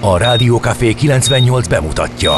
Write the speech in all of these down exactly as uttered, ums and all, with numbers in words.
A Rádió Café kilencvennyolc bemutatja.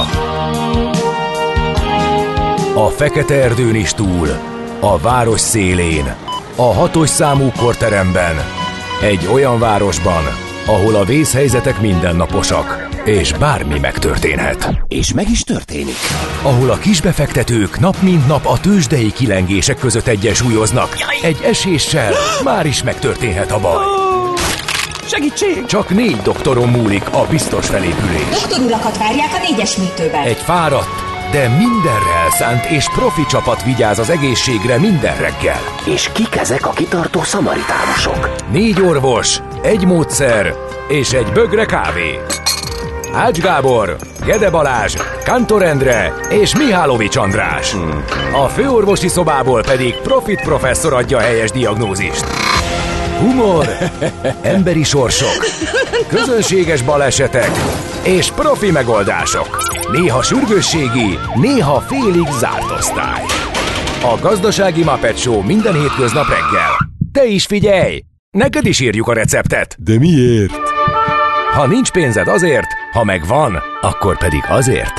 A fekete erdőn is túl, a város szélén, a hatos számú korteremben, egy olyan városban, ahol a vészhelyzetek mindennaposak, és bármi megtörténhet. És meg is történik. Ahol a kisbefektetők nap mint nap a tőzsdei kilengések között egyensúlyoznak. Egy eséssel már is megtörténhet a baj. Segítség! Csak négy doktoron múlik a biztos felépülés. Doktor urakat várják a négyes műtőben. Egy fáradt, de mindenre elszánt és profi csapat vigyáz az egészségre minden reggel. És kik ezek a kitartó szamaritánusok? Négy orvos, egy módszer és egy bögre kávé. Ács Gábor, Gede Balázs, Kantor Endre és Mihálovics András. Hmm. A főorvosi szobából pedig Profit professzor adja a helyes diagnózist. Humor, emberi sorsok, közönséges balesetek és profi megoldások. Néha sürgősségi, néha félig zárt osztály. A Gazdasági Muppet Show minden hétköznap reggel. Te is figyelj! Neked is írjuk a receptet. De miért? Ha nincs pénzed azért, ha megvan, akkor pedig azért.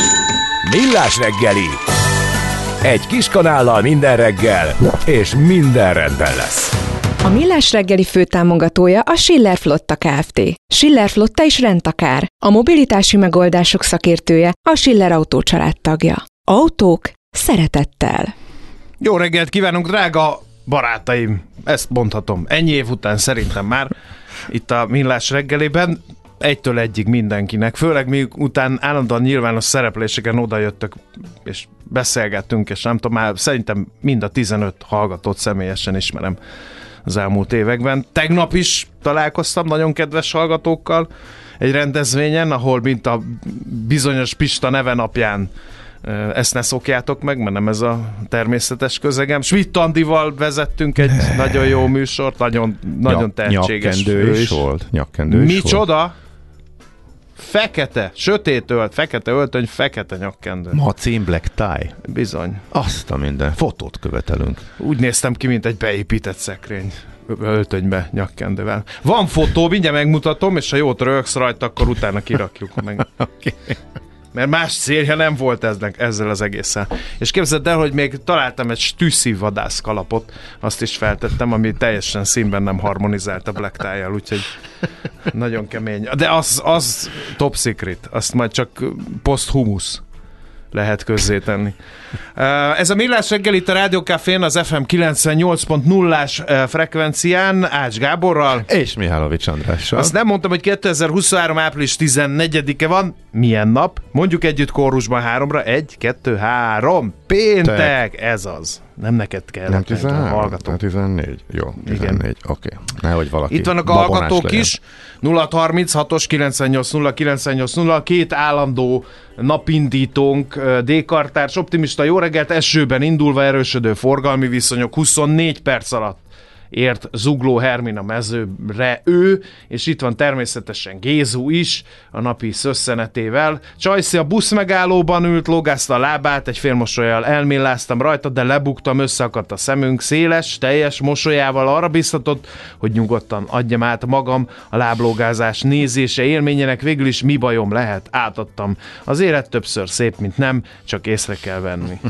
Millás reggeli. Egy kis kanállal minden reggel, és minden rendben lesz. A Millás reggeli főtámogatója a Schiller Flotta Kft. Schiller Flotta is rendtakár. A mobilitási megoldások szakértője, a Schiller Autó család tagja. Autók szeretettel. Jó reggelt kívánunk, drága barátaim! Ezt mondhatom. Ennyi év után szerintem már itt a Millás reggeliben egytől egyig mindenkinek, főleg miután állandóan nyilvános szerepléseken odajöttök, és beszélgettünk, és nem tudom, már szerintem mind a tizenöt hallgatót személyesen ismerem az elmúlt években. Tegnap is találkoztam nagyon kedves hallgatókkal egy rendezvényen, ahol mint a bizonyos Pista neve napján ezt ne szokjátok meg, mert nem ez a természetes közegem. Schmidt Andival vezettünk egy nagyon jó műsort, nagyon, nagyon tehetséges. Nyakkendő is volt. Nyakkendő is Micsoda? Volt. Fekete, sötét ölt, fekete öltöny, fekete nyakkendő. Macin Black Tie. Bizony. Azt a minden. Fotót követelünk. Úgy néztem ki, mint egy beépített szekrény. Öltönybe, nyakkendővel. Van fotó, mindjárt megmutatom, és ha jót rögsz rajta, akkor utána kirakjuk meg. Okay. Mert más célja nem volt eznek, ezzel az egészen. És képzeld el, hogy még találtam egy stüsszi vadászkalapot, azt is feltettem, ami teljesen színben nem harmonizált a Black Tie-jal, úgyhogy nagyon kemény. De az, az top secret, azt majd csak posthumusz lehet közzétenni. Ez a Millás reggel itt a Rádió Cafén, az ef em kilencvennyolc pont nullás frekvencián, Ács Gáborral. És Mihálovics Andrással. Azt nem mondtam, hogy kétezer-huszonhárom április tizennegyedike van. Milyen nap? Mondjuk együtt kórusban háromra. Egy, kettő, három. Péntek! Te. Ez az. Nem neked kell. Nem tizenhárom, tizennégy. Jó, tizennégy. Oké. Okay. Nehogy valaki itt vannak a hallgatók is. nulla harminchatos kilencvennyolc nulla kilencvennyolc nulla. Két állandó napindítónk, D-kartárs, optimista, jó reggelt, esőben indulva erősödő forgalmi viszonyok, huszonnégy perc alatt ért Zugló Hermina mezőre ő, és itt van természetesen Gézu is a napi szösszenetével. Csajci a busz megállóban ült, lógázta a lábát, egy fél mosollyal elmilláztam rajta, de lebuktam, összeakadt a szemünk, széles, teljes mosolyával arra biztatott, hogy nyugodtan adjam át magam a láblógázás nézése élményének, végül is mi bajom lehet, átadtam. Az élet többször szép, mint nem, csak észre kell venni.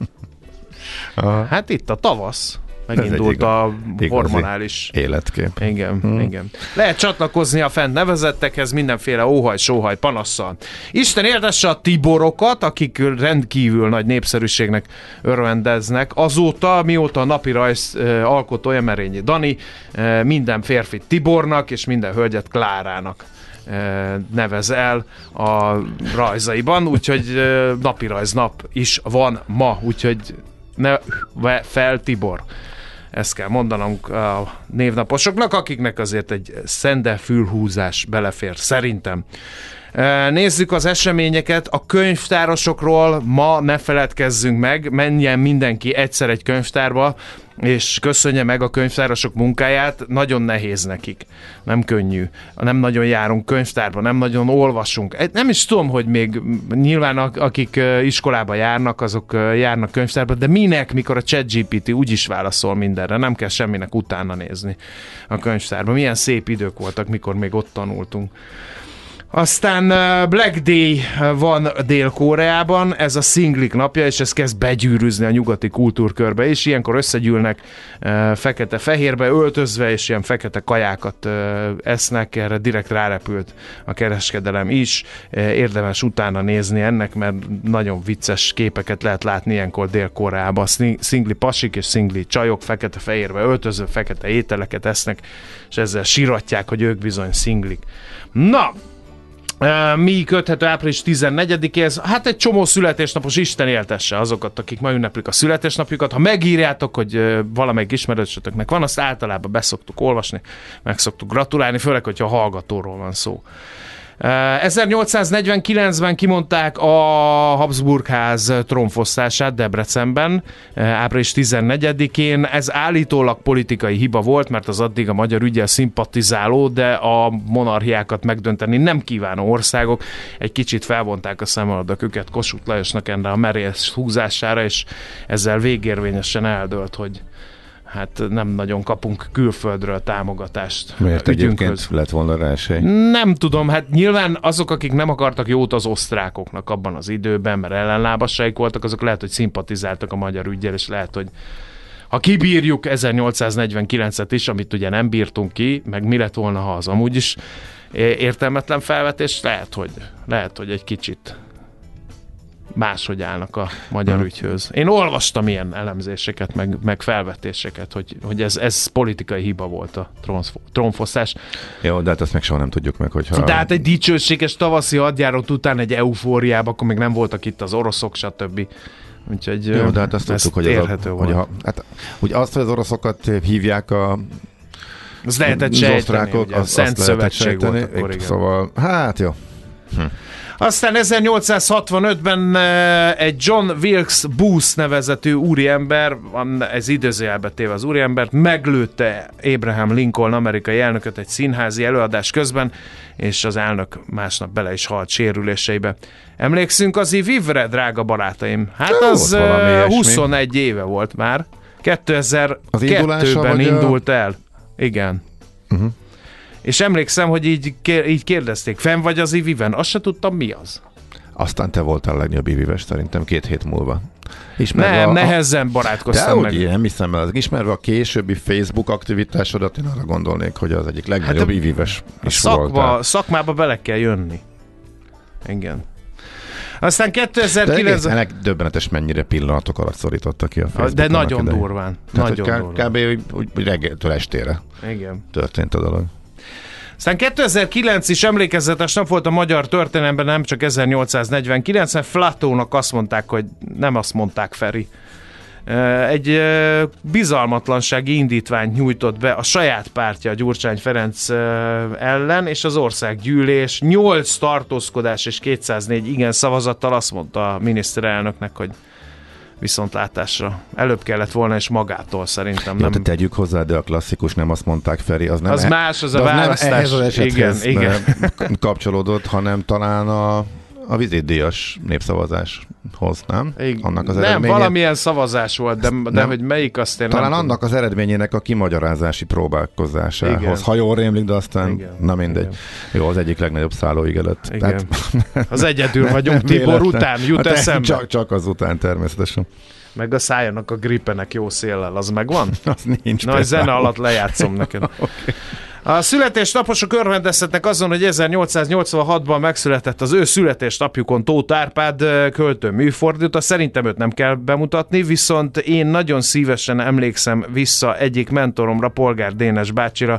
Hát itt a tavasz. Megindult a hormonális életkép. Igen, hmm. igen. Lehet csatlakozni a fent nevezettekhez mindenféle óhaj, sóhaj, panasszal. Isten éltesse a Tiborokat, akik rendkívül nagy népszerűségnek örvendeznek. Azóta, mióta a napi rajz uh, alkotója Merényi Dani uh, minden férfit Tibornak és minden hölgyet Klárának uh, nevez el a rajzaiban, úgyhogy uh, napi rajznap is van ma, úgyhogy ne fel Tibor. Ezt kell mondanom a névnaposoknak, akiknek azért egy szende fülhúzás belefér, szerintem. Nézzük az eseményeket. A könyvtárosokról ma ne feledkezzünk meg, menjen mindenki egyszer egy könyvtárba, és köszönje meg a könyvtárosok munkáját. Nagyon nehéz nekik. Nem könnyű. Nem nagyon járunk könyvtárba, nem nagyon olvasunk. Nem is tudom, hogy még nyilván akik iskolába járnak, azok járnak könyvtárba, de minek, mikor a ChatGPT úgyis válaszol mindenre, nem kell semminek utána nézni a könyvtárba. Milyen szép idők voltak, mikor még ott tanultunk. Aztán Black Day van Dél-Koreában, ez a szinglik napja, és ez kezd begyűrűzni a nyugati kultúrkörbe is. Ilyenkor összegyűlnek fekete-fehérbe öltözve, és ilyen fekete kajákat esznek, erre direkt rárepült a kereskedelem is. Érdemes utána nézni ennek, mert nagyon vicces képeket lehet látni ilyenkor Dél-Koreában. Szingli pasik és szingli csajok fekete-fehérbe öltözve, fekete ételeket esznek, és ezzel siratják, hogy ők bizony szinglik. Na! Mi köthető április tizennegyedikéhez? Hát egy csomó születésnapos, Isten éltesse azokat, akik ma ünneplik a születésnapjukat. Ha megírjátok, hogy valamelyik ismerősötöknek van, azt általában beszoktuk olvasni, meg szoktuk gratulálni, főleg, hogyha hallgatóról van szó. ezernyolcszáznegyvenkilencben kimondták a Habsburg-ház trónfosztását Debrecenben, április tizennegyedikén. Ez állítólag politikai hiba volt, mert az addig a magyar üggyel szimpatizáló, de a monarchiákat megdönteni nem kívánó országok egy kicsit felvonták a szemöldöküket Kossuth Lajosnak enre a merész húzására, és ezzel végérvényesen eldőlt, hogy hát nem nagyon kapunk külföldről támogatást. Miért egyébként lett volna rá esély? Nem tudom, hát nyilván azok, akik nem akartak jót az osztrákoknak abban az időben, mert ellenlábassaik voltak, azok lehet, hogy szimpatizáltak a magyar üggyel, és lehet, hogy ha kibírjuk ezernyolcszáznegyvenkilencet is, amit ugye nem bírtunk ki, meg mi lett volna, ha az amúgy is értelmetlen felvetés, lehet, hogy, lehet, hogy egy kicsit máshogy állnak a magyar hmm. ügyhöz. Én olvastam ilyen elemzéseket, meg, meg felvetéseket, hogy, hogy ez, ez politikai hiba volt a trónfosztás. Jó, de hát ezt meg soha nem tudjuk meg, hogyha... De hát egy dicsőséges tavaszi hadjárat után egy eufóriában, akkor még nem voltak itt az oroszok, stb. Úgyhogy jó, de hát azt tudtuk, hogy, ez a, hogy a, hát, úgy azt, hogy az oroszokat hívják a az lehetett sejteni, ugye, a Szent Szövetség volt akkor, igen. Szóval, hát jó. Hm. Aztán ezernyolcszázhatvanötben egy John Wilkes Booth nevezetű úriember, ez idézőjelbe téve az úriembert, meglőtte Abraham Lincoln amerikai elnököt egy színházi előadás közben, és az elnök másnap bele is halt sérüléseibe. Emlékszünk az Vivre, drága barátaim? Hát az huszonegy éve volt már. kétezer-kettőben indult el. Igen. Uh-huh. És emlékszem, hogy így, így kérdezték, fenn vagy az iviven? Azt se tudtam, mi az. Aztán te voltál a legnagyobb ivives szerintem két hét múlva. Ismerve nem, a, nehezen barátkoztam de meg. De nem hiszem el. Ismerve a későbbi Facebook aktivitásodat, én arra gondolnék, hogy az egyik legnagyobb hát ivives is szakma, voltál. Szakmába bele kell jönni. Igen. Aztán kétezer-kilenc... De ennek döbbenetes mennyire pillanatok alatt szorítottak ki a Facebookon. De nagyon durván. Tehát, nagyon hogy durván. Kb. Úgy, úgy reggeltől estére igen. történt a dolog. Aztán kétezer-kilenc is emlékezetes nap volt a magyar történelemben, nem csak ezernyolcszáznegyvenkilencben. Flatónak azt mondták, hogy nem azt mondták, Feri. Egy bizalmatlansági indítványt nyújtott be a saját pártja, Gyurcsány Ferenc ellen, és az országgyűlés nyolc tartózkodás és kétszáznégy igen szavazattal azt mondta a miniszterelnöknek, hogy viszontlátásra. Előbb kellett volna, és magától szerintem nem. Ja, tegyük hozzá, de a klasszikus nem azt mondták, Feri, az nem, az e- más, az a az választás. Nem ehhez az esethez igen, igen. kapcsolódott, hanem talán a, a vizitdíjas népszavazáshoz, nem? Igen. Annak az nem, eredménye... valamilyen szavazás volt, de, de hogy melyik azt én talán nem annak tudom. Az eredményének a kimagyarázási próbálkozásához. Igen. Ha jól rémlik, de aztán igen. Na mindegy. Igen. Jó, az egyik legnagyobb szállóigelet. Tehát... Az egyedül vagyunk, Tibor után jut hát eszembe. Csak, csak az után természetesen. Meg a szájának a gripenek jó széllel, az megvan? Az nincs. Na, a zene alatt lejátszom neked. Okay. A születésnaposok örvendezhetnek azon, hogy ezernyolcszáznyolcvanhatban megszületett az ő születésnapjukon Tóth Árpád költő műfordító. Szerintem őt nem kell bemutatni, viszont én nagyon szívesen emlékszem vissza egyik mentoromra, Polgár Dénes bácsira.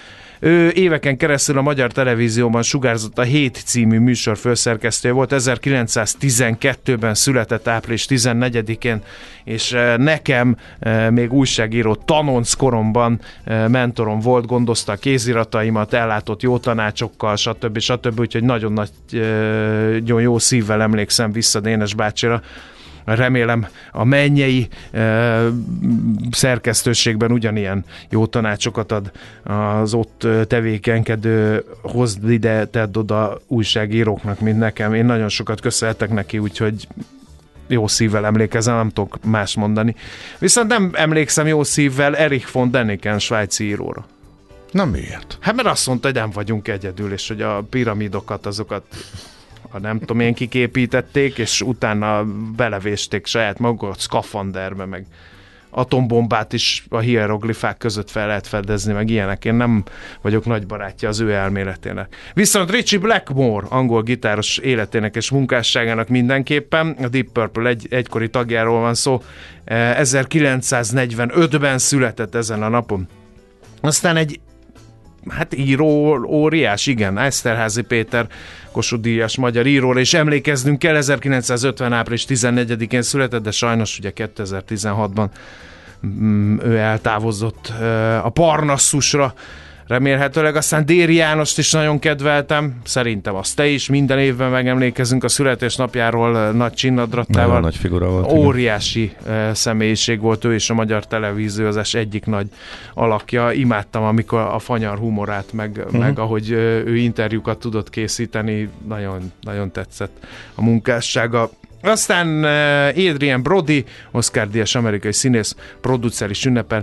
Ő éveken keresztül a Magyar Televízióban sugárzott a Hét című műsor főszerkesztője volt, ezerkilencszáztizenkettőben született április tizennegyedikén, és nekem még újságíró tanonc koromban mentorom volt, gondozta a kézirataimat, ellátott jó tanácsokkal, stb. stb. Úgyhogy nagyon nagy, nagyon jó szívvel emlékszem vissza Dénes bácsira. Remélem a mennyei e, szerkesztőségben ugyanilyen jó tanácsokat ad az ott tevékenykedő, hozd ide, tedd oda újságíróknak, mint nekem. Én nagyon sokat köszönhetek neki, úgyhogy jó szívvel emlékezem, nem tudok más mondani. Viszont nem emlékszem jó szívvel Erich von Däniken svájci íróra. Na miért? Hát mert azt mondta, hogy nem vagyunk egyedül, és hogy a piramidokat azokat a nem tudom én kik építették, és utána belevésték saját magukat szkafanderbe, meg atombombát is a hieroglifák között fel lehet fedezni, meg ilyenek. Én nem vagyok nagy barátja az ő elméletének. Viszont Ritchie Blackmore, angol gitáros életének és munkásságának mindenképpen, a Deep Purple egy, egykori tagjáról van szó, ezerkilencszáznegyvenötben született ezen a napon. Aztán egy hát író óriás, igen, Eszterházy Péter, Kossuth-díjas magyar íróra, és emlékeznünk kell, ezerkilencszázötven április tizennegyedikén született, de sajnos ugye kétezer-tizenhatban ő eltávozott a Parnasszusra, remélhetőleg. Aztán Déri Jánost is nagyon kedveltem, szerintem azt te is, minden évben megemlékezünk a születésnapjáról Nagy Csinnadrattával. Nagy figura volt. Óriási igen. személyiség volt ő, és a magyar televíziózás egyik nagy alakja. Imádtam, amikor a fanyar humorát, meg, uh-huh. meg ahogy ő interjúkat tudott készíteni, nagyon, nagyon tetszett a munkássága. Aztán Adrien Brody, Oscar-díjas amerikai színész, producer is ünnepel,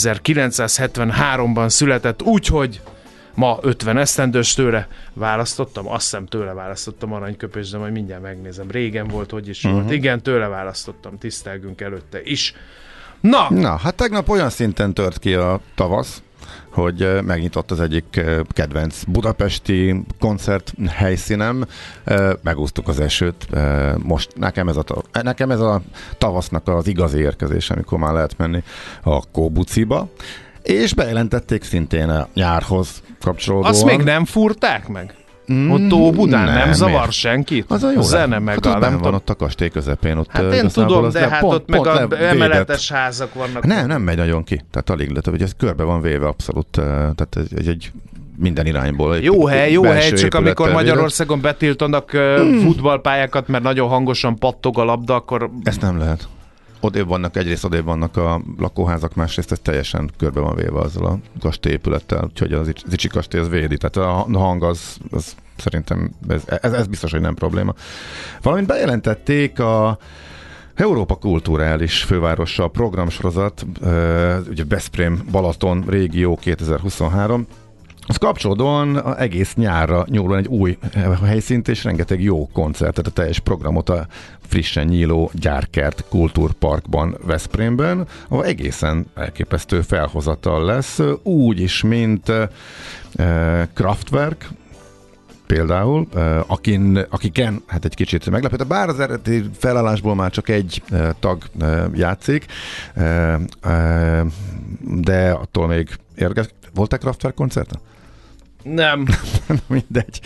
ezerkilencszázhetvenháromban született, úgyhogy ma ötven esztendős, tőle választottam, azt hiszem tőle választottam aranyköpés, de majd mindjárt megnézem. Régen volt, hogy is uh-huh. volt. Igen, tőle választottam, tisztelgünk előtte is. Na! Na, hát tegnap olyan szinten tört ki a tavasz, hogy megnyitott az egyik kedvenc budapesti koncert helyszínem, megúsztuk az esőt, most nekem ez, a, nekem ez a tavasznak az igazi érkezés, amikor már lehet menni a Kóbuciba, és bejelentették szintén a nyárhoz kapcsolódóan. Azt még nem fúrták meg? Mm, ott Óbudán nem, nem zavar miért? Senkit? Az a jó. A zene meg hát a, nem nem van tudom. Ott a kastély közepén. Ott hát én tudom, de hát pont, ott meg a emeletes házak vannak. Nem, nem megy nagyon ki. Tehát alig lehet, hogy ez körbe van véve abszolút. Tehát egy, egy minden irányból. Jó hely, jó hely, csak amikor Magyarországon betiltanak mm. futballpályákat, mert nagyon hangosan pattog a labda, akkor... Ezt nem lehet. Odébb vannak, egyrészt odébb vannak a lakóházak, másrészt ez teljesen körbe van véve azzal a kastélyépülettel, úgyhogy az Icsi kastély az védi, tehát a hang az, az szerintem ez, ez, ez biztos, hogy nem probléma. Valamint bejelentették a Európa kulturális fővárosa programsorozat, ugye Veszprém Balaton régió kétezer-huszonhárom. Az kapcsolódóan egész nyárra nyúlóan egy új helyszínt és rengeteg jó koncertet, a teljes programot a frissen nyíló Gyárkert Kultúrparkban Veszprémben, ahol egészen elképesztő felhozatal lesz, úgy is, mint Kraftwerk, például, akin, akiken hát egy kicsit meglepett, bár az eredeti felállásból már csak egy tag játszik, de attól még érges. Voltak Kraftwerk koncerten? Nem. Mindegy.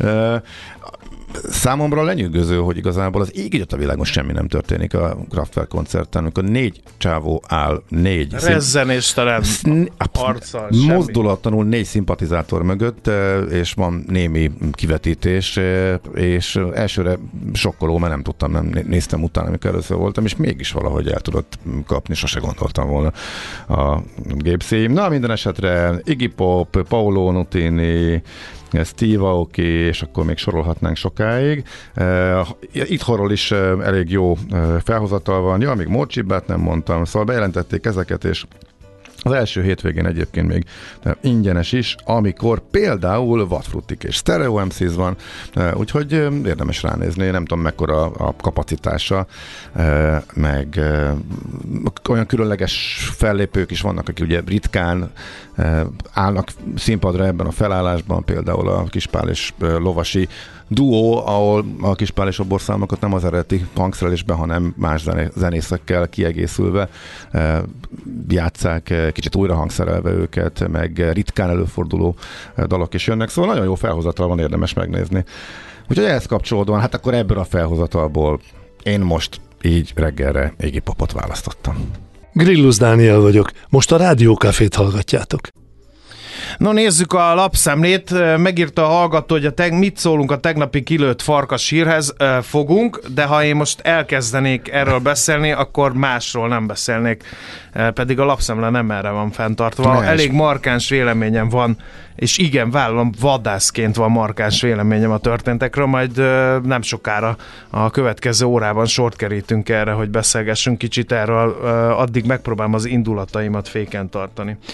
Számomra lenyűgöző, hogy igazából az ég egyet a világon semmi nem történik a Kraftwerk koncerten, amikor négy csávó áll, négy rezzenéstelen arccal, mozdulatlanul négy szimpatizátor mögött, és van némi kivetítés, és elsőre sokkoló, mert nem tudtam, nem néztem utána, amikor először voltam, és mégis valahogy el tudott kapni, sose gondoltam volna a gépszím. Na, minden esetre Iggy Pop, Paolo Nutini, Steve Aoki, és akkor még sorolhatnánk sokáig. Uh, itthonról is uh, elég jó uh, felhozatal van. Ja, még Morcsibát nem mondtam, szóval bejelentették ezeket, és az első hétvégén egyébként még uh, ingyenes is, amikor például Vadfrutik és Stereo em cé van, uh, úgyhogy uh, érdemes ránézni, nem tudom mekkora a kapacitása, uh, meg uh, olyan különleges fellépők is vannak, akik ugye ritkán uh, állnak színpadra ebben a felállásban, például a Kispál és uh, Lovasi duó, ahol a Kispál és a borszámokat nem az eredeti hangszerelésben, hanem más zenészekkel kiegészülve uh, játsszák, uh, kicsit újra hangszerelve őket, meg ritkán előforduló uh, dalok is jönnek, szóval nagyon jó felhozatal van, érdemes megnézni. Úgyhogy ehhez kapcsolódóan, hát akkor ebből a felhozatalból én most így reggelre Iggy Popot választottam. Grillus Dániel vagyok, most a Rádiókafét hallgatjátok. No, nézzük a lapszemlét. Megírta a hallgató, hogy a teg- mit szólunk a tegnapi kilőtt farkas hírhez. Fogunk, de ha én most elkezdenék erről beszélni, akkor másról nem beszélnék. Pedig a lapszemle nem erre van fenntartva. Ne, elég markáns véleményem van, és igen, vállalom, vadászként van markáns véleményem a történtekről, majd nem sokára a következő órában sort kerítünk erre, hogy beszélgessünk kicsit erről, addig megpróbálom az indulataimat féken tartani.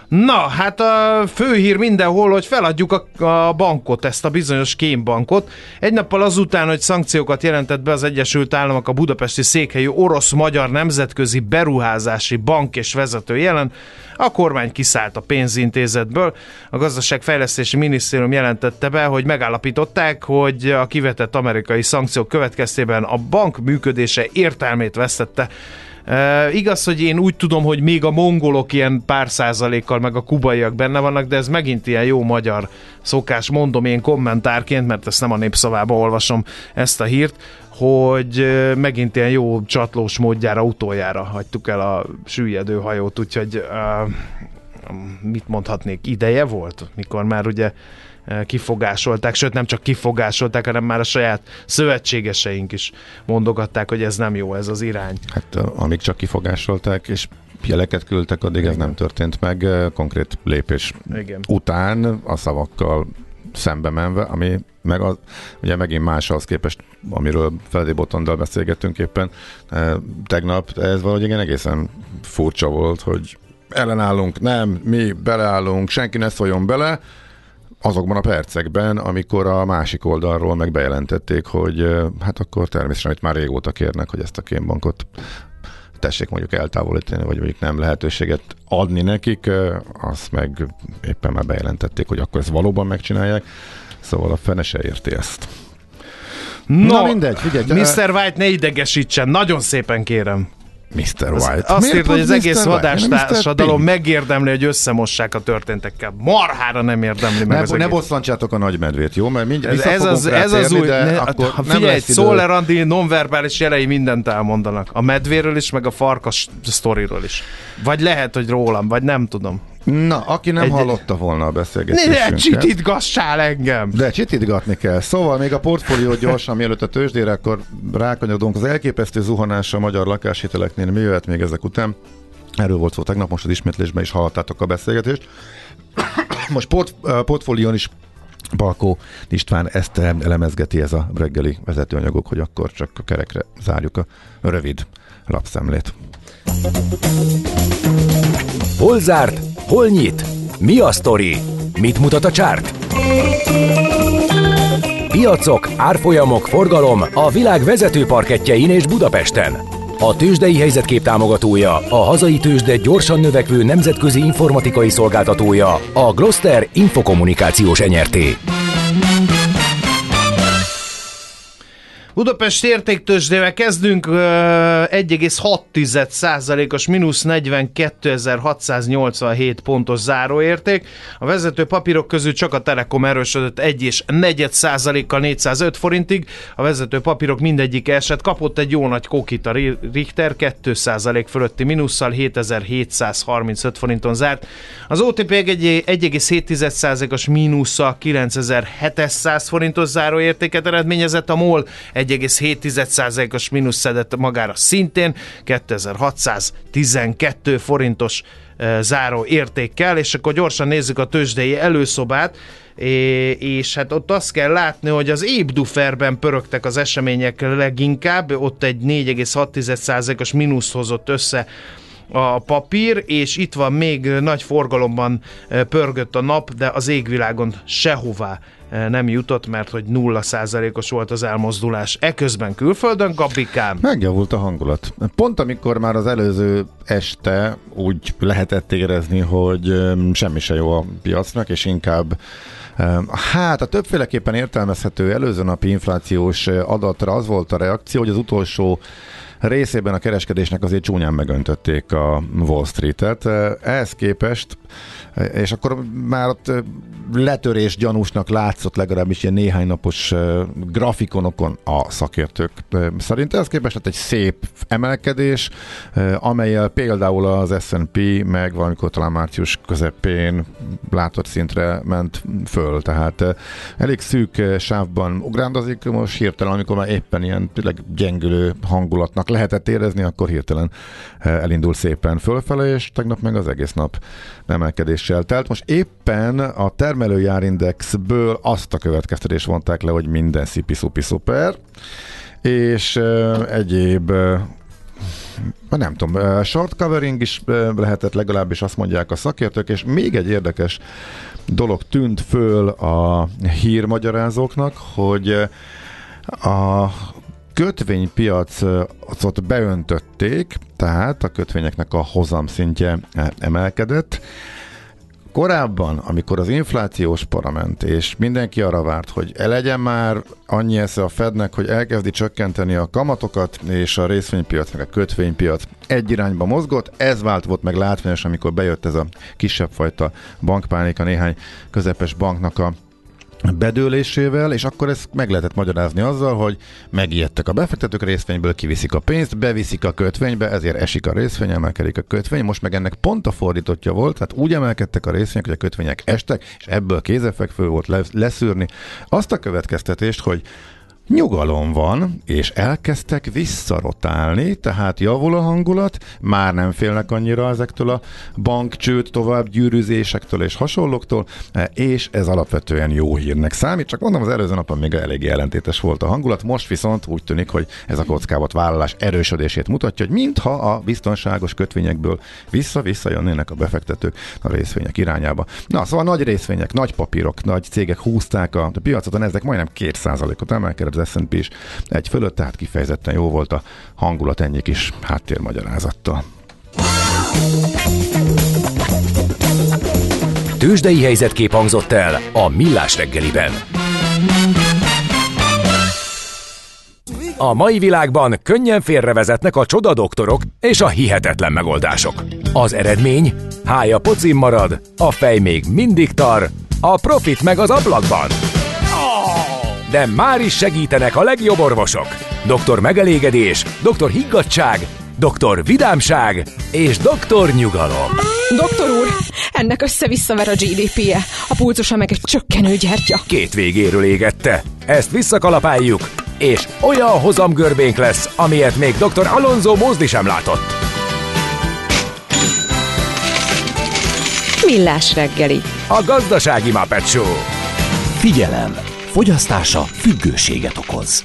Na, hát a főhír mindenhol, hogy feladjuk a, a bankot, ezt a bizonyos kémbankot. Egy nappal azután, hogy szankciókat jelentett be az Egyesült Államok a budapesti székhelyű orosz-magyar nemzetközi beruházási bank és vezető jelen, a kormány kiszállt a pénzintézetből. A gazdaságfejlesztési minisztérium jelentette be, hogy megállapították, hogy a kivetett amerikai szankciók következtében a bank működése értelmét vesztette. Uh, igaz, hogy én úgy tudom, hogy még a mongolok ilyen pár százalékkal, meg a kubaiak benne vannak, de ez megint ilyen jó magyar szokás, mondom én kommentárként, mert ezt nem a Népszavába olvasom ezt a hírt, hogy uh, megint ilyen jó csatlós módjára utoljára hagytuk el a süllyedő hajót, úgyhogy uh, mit mondhatnék, ideje volt, mikor már ugye kifogásolták, sőt nem csak kifogásolták, hanem már a saját szövetségeseink is mondogatták, hogy ez nem jó, ez az irány. Hát amíg csak kifogásolták, és jeleket küldtek, addig igen. Ez nem történt meg, konkrét lépés igen. után a szavakkal szembe menve, ami meg az, ugye megint más az képest, amiről Feledi Botondal beszélgettünk éppen tegnap, ez valahogy igen egészen furcsa volt, hogy ellenállunk, nem, mi beleállunk, senki ne szóljon bele, azokban a percekben, amikor a másik oldalról meg bejelentették, hogy hát akkor természetesen itt már régóta kérnek, hogy ezt a kémbankot tessék mondjuk eltávolítani, vagy mondjuk nem lehetőséget adni nekik, azt meg éppen már bejelentették, hogy akkor ezt valóban megcsinálják, szóval a fene se érti ezt. No, Na mindegy, figyelj! miszter White, ne idegesítsen, nagyon szépen kérem! miszter White. Azt írta, hogy az egész vadástársadalom megérdemli, hogy összemossák a történtekkel. Marhára nem érdemli meg ne, az Ne egész. bosszantsátok a nagymedvét, jó? Mert mindjárt ez, ez az, ez az új, ne, akkor figyelj, Szóler Andi nonverbális jelei mindent elmondanak. A medvéről is, meg a farkas sztoriról is. Vagy lehet, hogy rólam, vagy nem tudom. Na, aki nem Egy... hallotta volna a beszélgetésünket. Ne csitítgassál engem! De csitítgatni kell. Szóval még a portfóliót gyorsan, mielőtt a tőzsdére, akkor rákanyodunk. Az elképesztő zuhanás a magyar lakáshiteleknél mi jöhet még ezek után? Erről volt szó tegnap, most az ismétlésben is hallottátok a beszélgetést. Most port, uh, portfólión is Balkó István ezt elemezgeti, ez a reggeli vezetőanyagok, hogy akkor csak a kerekre zárjuk a rövid lapszemlét. Hol zárt? Hol nyit? Mi a sztori? Mit mutat a csárt? Piacok, árfolyamok, forgalom a világ vezető parkettjein és Budapesten. A tőzsdei helyzetkép támogatója, a hazai tőzsde gyorsan növekvő nemzetközi informatikai szolgáltatója, a Gloster Infokommunikációs Enyerté. Budapest értéktőzsdével kezdünk, egy egész hat százalékos mínusz negyvenkétezer-hatszáznyolcvanhét pontos záróérték. A vezető papírok közül csak a Telekom erősödött egy egész négy százalékkal négyszázöt forintig. A vezető papírok mindegyik esett, kapott egy jó nagy kokit a Richter, két százalék fölötti mínusszal hétezer-hétszázharmincöt forinton zárt. Az o té pé egy egész hét százalékos mínusszal kilencezer-hétszáz forintos záróértéket eredményezett, a MOL egy egész hét százalékos mínusz szedett magára szintén, kétezer-hatszáztizenkét forintos e, záró értékkel, és akkor gyorsan nézzük a tőzsdei előszobát, é, és hát ott azt kell látni, hogy az Ébduferben pörögtek az események leginkább, ott egy négy egész hat százalékos mínuszt hozott össze a papír, és itt van még nagy forgalomban pörgött a nap, de az égvilágon sehová nem jutott, mert hogy nulla százalékos volt az elmozdulás. Eközben külföldön, Gabikám? Megjavult a hangulat. Pont amikor már az előző este úgy lehetett érezni, hogy semmi se jó a piacnak, és inkább hát a többféleképpen értelmezhető előző napi inflációs adatra az volt a reakció, hogy az utolsó részében a kereskedésnek azért csúnyán megöntötték a Wall Street-et. Ehhez képest, és akkor már ott letörés gyanúsnak látszott legalábbis ilyen néhány napos grafikonokon a szakértők szerint. Ehhez képest lett egy szép emelkedés, amelyel például az es and pé meg valamikor talán március közepén látott szintre ment föl. Tehát elég szűk sávban ugrándozik, most hirtelen, amikor már éppen ilyen tényleg gyengülő hangulatnak lehetett érezni, akkor hirtelen elindul szépen fölfele, és tegnap meg az egész nap emelkedéssel telt. Most éppen a termelőjárindexből azt a következtetést vonták le, hogy minden szipi-szupi szuper, és egyéb nem tudom, short covering is lehetett, legalábbis azt mondják a szakértők, és még egy érdekes dolog tűnt föl a hírmagyarázóknak, hogy a kötvénypiacot beöntötték, tehát a kötvényeknek a hozamszintje emelkedett. Korábban, amikor az inflációs parament, és mindenki arra várt, hogy legyen már annyi esze a Fednek, hogy elkezdi csökkenteni a kamatokat, és a részvénypiac, meg a kötvénypiac egy irányba mozgott, ez vált volt meg látványos, amikor bejött ez a kisebb fajta bankpánika néhány közepes banknak a bedőlésével, és akkor ezt meg lehetett magyarázni azzal, hogy megijedtek a befektetők, részvényből kiviszik a pénzt, beviszik a kötvénybe, ezért esik a részvény, emelkedik a kötvény, most meg ennek pont a fordítottja volt, tehát úgy emelkedtek a részvények, hogy a kötvények estek, és ebből kézefekvő volt leszűrni azt a következtetést, hogy nyugalom van, és elkezdtek visszarotálni, tehát javul a hangulat, már nem félnek annyira ezektől a bankcsőd tovább gyűrűzésektől és hasonlóktól, és ez alapvetően jó hírnek számít, csak mondom, az előző napon még elég ellentétes volt a hangulat, most viszont úgy tűnik, hogy ez a kockávat vállalás erősödését mutatja, hogy mintha a biztonságos kötvényekből vissza-vissza jönnének a befektetők a részvények irányába. Na, szóval nagy részvények, nagy papírok, nagy cégek húzták a piacot, a Nasdaq majdnem két százalékot emelkedett, az es and pé is egy fölött, tehát kifejezetten jó volt a hangulat ennyi kis háttérmagyarázattal. Tőzsdei helyzetkép hangzott el a Millás reggeliben. A mai világban könnyen félrevezetnek a csodadoktorok és a hihetetlen megoldások. Az eredmény? Hája pocim marad, a fej még mindig tar, a profit meg az ablakban. De már is segítenek a legjobb orvosok. doktor Megelégedés, doktor Higgadtság, doktor Vidámság és doktor Nyugalom. Doktor úr, ennek össze-visszaver a gé dé pé-je, a pulcosa meg egy csökkenő gyertya. Két végéről égette. Ezt visszakalapáljuk, és olyan hozamgörbénk lesz, amilyet még doktor Alonso Mózdi sem látott. Millás reggeli. A gazdasági Muppet Show. Figyelem! Fogyasztása függőséget okoz.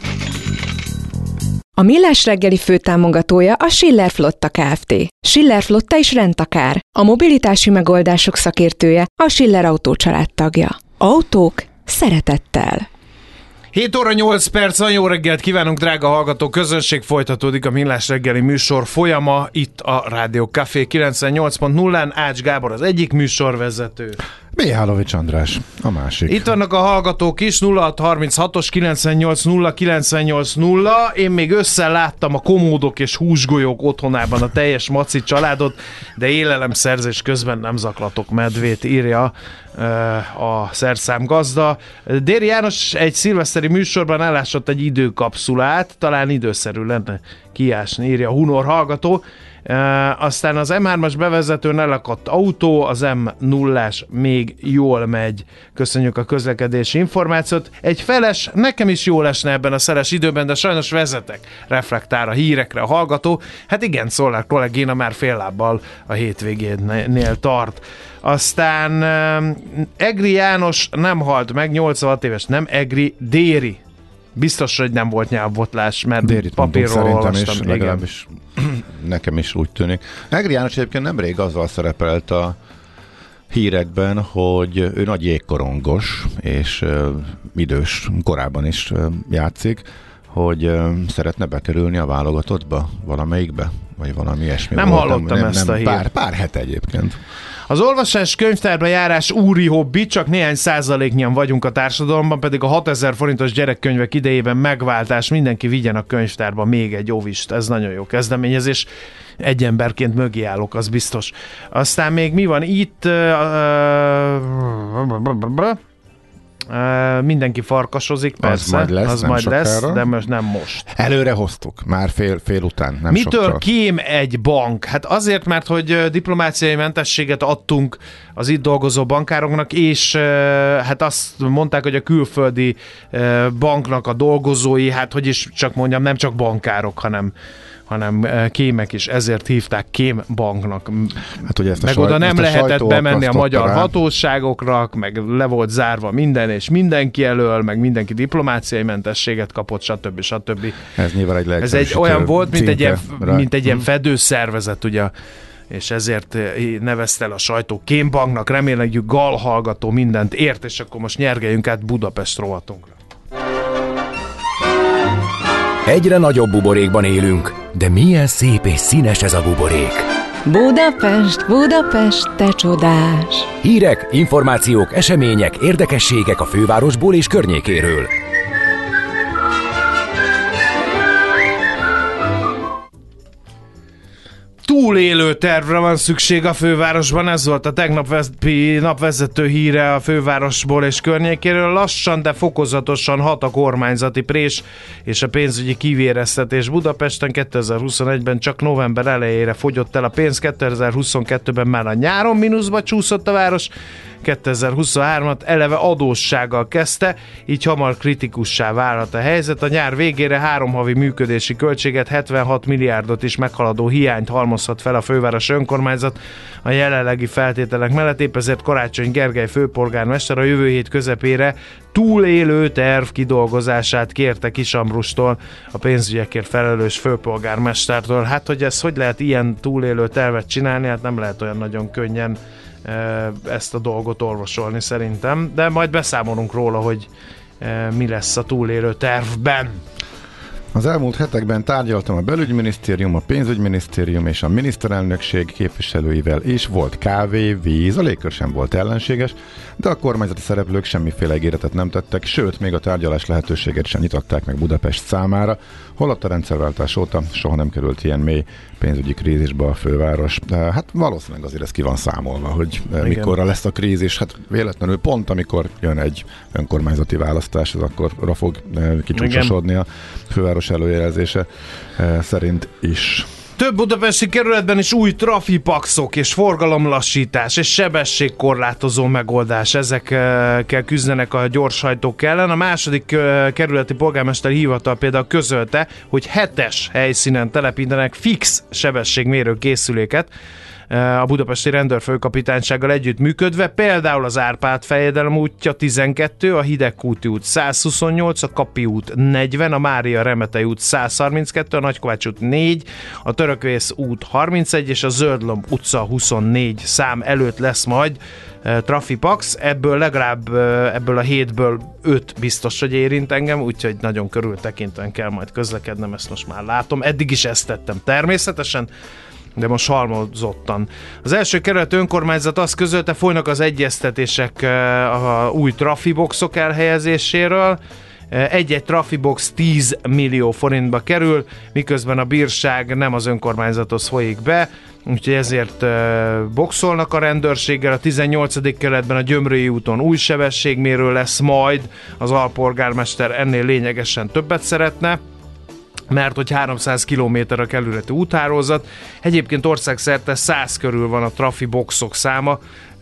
A Millás reggeli főtámogatója a Schiller Flotta Kft. Schiller Flotta is rendtakár. A mobilitási megoldások szakértője, a Schiller Autó családtagja. Autók szeretettel. hét óra nyolc perc, jó reggelt kívánunk, drága hallgató közönség, folytatódik a Millás reggeli műsor folyama itt a Rádió Café kilencvennyolc pont nullán, Ács Gábor az egyik műsorvezető. Mihálovics András a másik. Itt vannak a hallgatók is, nulla hat harminchatos kilencvennyolc nulla kilencvennyolc nulla. Én még összeláttam a komódok és húsgolyók otthonában a teljes maci családot, de élelemszerzés közben nem zaklatok medvét, írja uh, a szerszám gazda. Déri János egy szilveszteri műsorban elásott egy időkapszulát, talán időszerű lenne kiásni, írja a Hunor hallgató. Uh, aztán az em hármas bevezetőn elakadt autó, az em nullás még jól megy. Köszönjük a közlekedési információt. Egy feles, nekem is jól esne ebben a szeles időben, de sajnos vezetek. Reflektál a hírekre a hallgató. Hát igen, Szolár kollégéna már fél lábbal a hétvégénél tart. Aztán uh, Egri János nem halt meg, nyolcvanhat éves, nem Egri, Déri. Biztos, hogy nem volt nyelvbotlás, mert Dérit papírról olvastam. Is, legalábbis nekem is úgy tűnik. Egri János egyébként nemrég azzal szerepelt a hírekben, hogy ő nagy jégkorongos, és uh, idős korában is uh, játszik, hogy uh, szeretne bekerülni a válogatottba, valamelyikbe, vagy valami ilyesmi. Nem volt. hallottam nem, ezt nem, a hírt. Pár, pár hete egyébként. Az olvasás, könyvtárba járás úri hobbi, csak néhány százaléknyian vagyunk a társadalomban, pedig a hatezer forintos gyerekkönyvek idejében megváltás, mindenki vigyen a könyvtárba még egy óvist, ez nagyon jó kezdeményezés. Egy emberként mögé állok, az biztos. Aztán még mi van itt? Uh, mindenki farkasozik, persze. Az majd lesz, az nem majd lesz, de most nem most. Előre hoztuk, már fél, fél után, nem Mitől sokkal. kém egy bank? Hát azért, mert hogy diplomáciai mentességet adtunk az itt dolgozó bankároknak, és hát azt mondták, hogy a külföldi banknak a dolgozói, hát hogy is csak mondjam, nem csak bankárok, hanem hanem kémek is, ezért hívták kémbanknak. Hát, ugye ezt a meg sajt, oda nem lehetett bemenni a magyar rá. hatóságokra, meg le volt zárva minden, és mindenki elől, meg mindenki diplomáciai mentességet kapott, stb. stb. Ez nyilván egy Ez egy olyan volt, mint egy ilyen, mint egy ilyen fedőszervezet, ugye, és ezért nevezte el a sajtó kémbanknak, remélem, hogy Gal hallgató mindent ért, és akkor most nyergeljünk át Budapest rovatunkra. Egyre nagyobb buborékban élünk, de milyen szép és színes ez a buborék. Budapest, Budapest, te csodás! Hírek, információk, események, érdekességek a fővárosból és környékéről. Túlélő tervre van szükség a fővárosban, ez volt a tegnapi napvezető híre a fővárosból és környékéről. Lassan, de fokozatosan hat a kormányzati prés és a pénzügyi kivéreztetés Budapesten. kétezer-huszonegyben csak november elejére fogyott el a pénz, kétezer-huszonkettőben már a nyáron mínuszba csúszott a város, kétezer-huszonhármat eleve adóssággal kezdte, így hamar kritikussá válhat a helyzet. A nyár végére három havi működési költséget, hetvenhat milliárdot is meghaladó hiányt halmozhat fel a főváros önkormányzat a jelenlegi feltételek mellett. Épp ezért Karácsony Gergely főpolgármester a jövő hét közepére túlélő terv kidolgozását kérte Kis Ambrustól, a pénzügyekért felelős főpolgármestertől. Hát, hogy ez hogy lehet ilyen túlélő tervet csinálni, hát nem lehet olyan nagyon könnyen ezt a dolgot orvosolni szerintem, de majd beszámolunk róla, hogy mi lesz a túlélő tervben. Az elmúlt hetekben tárgyaltam a belügyminisztérium, a pénzügyminisztérium és a miniszterelnökség képviselőivel, és volt kávé, víz, a légkör sem volt ellenséges, de a kormányzati szereplők semmiféle ígéretet nem tettek, sőt, még a tárgyalás lehetőséget sem nyitották meg Budapest számára, holott a rendszerváltás óta soha nem került ilyen mély pénzügyi krízisbe a főváros. De hát valószínűleg azért ez ki van számolva, hogy igen, mikorra lesz a krízis. Hát véletlenül pont amikor jön egy önkormányzati választás, ez akkorra fog kicsúcsosodni a főváros előjelzése szerint is. Több budapesti kerületben is új trafipaxok és forgalomlassítás és sebességkorlátozó megoldás. Ezekkel küzdenek a gyorshajtók ellen. A második kerületi polgármester hivatal például közölte, hogy hetes helyszínen telepítenek fix sebességmérő készüléket a budapesti rendőrfőkapitánysággal együtt működve, például az Árpád fejedelem útja tizenkettő, a Hidegkúti út száz huszonnyolc, a Kapi út negyven, a Mária Remetei út száz harminckettő, a Nagykovács út négy, a Törökvész út harmincegy és a Zöldlomb utca huszonnégy szám előtt lesz majd trafipax, ebből legalább ebből a hétből öt biztos, hogy érint engem, úgyhogy nagyon körültekintően kell majd közlekednem, ezt most már látom. Eddig is ezt tettem természetesen, de most halmozottan. Az első kerület önkormányzat azt közölte, folynak az egyeztetések a új trafiboxok elhelyezéséről. Egy-egy trafibox tíz millió forintba kerül, miközben a bírság nem az önkormányzathoz folyik be, úgyhogy ezért boxolnak a rendőrséggel. A tizennyolcadik kerületben a Gyömrői úton új sebességmérő lesz majd, az alpolgármester ennél lényegesen többet szeretne, mert hogy háromszáz kilométer a kerületi úthálózat. Egyébként országszerte száz körül van a trafiboxok száma,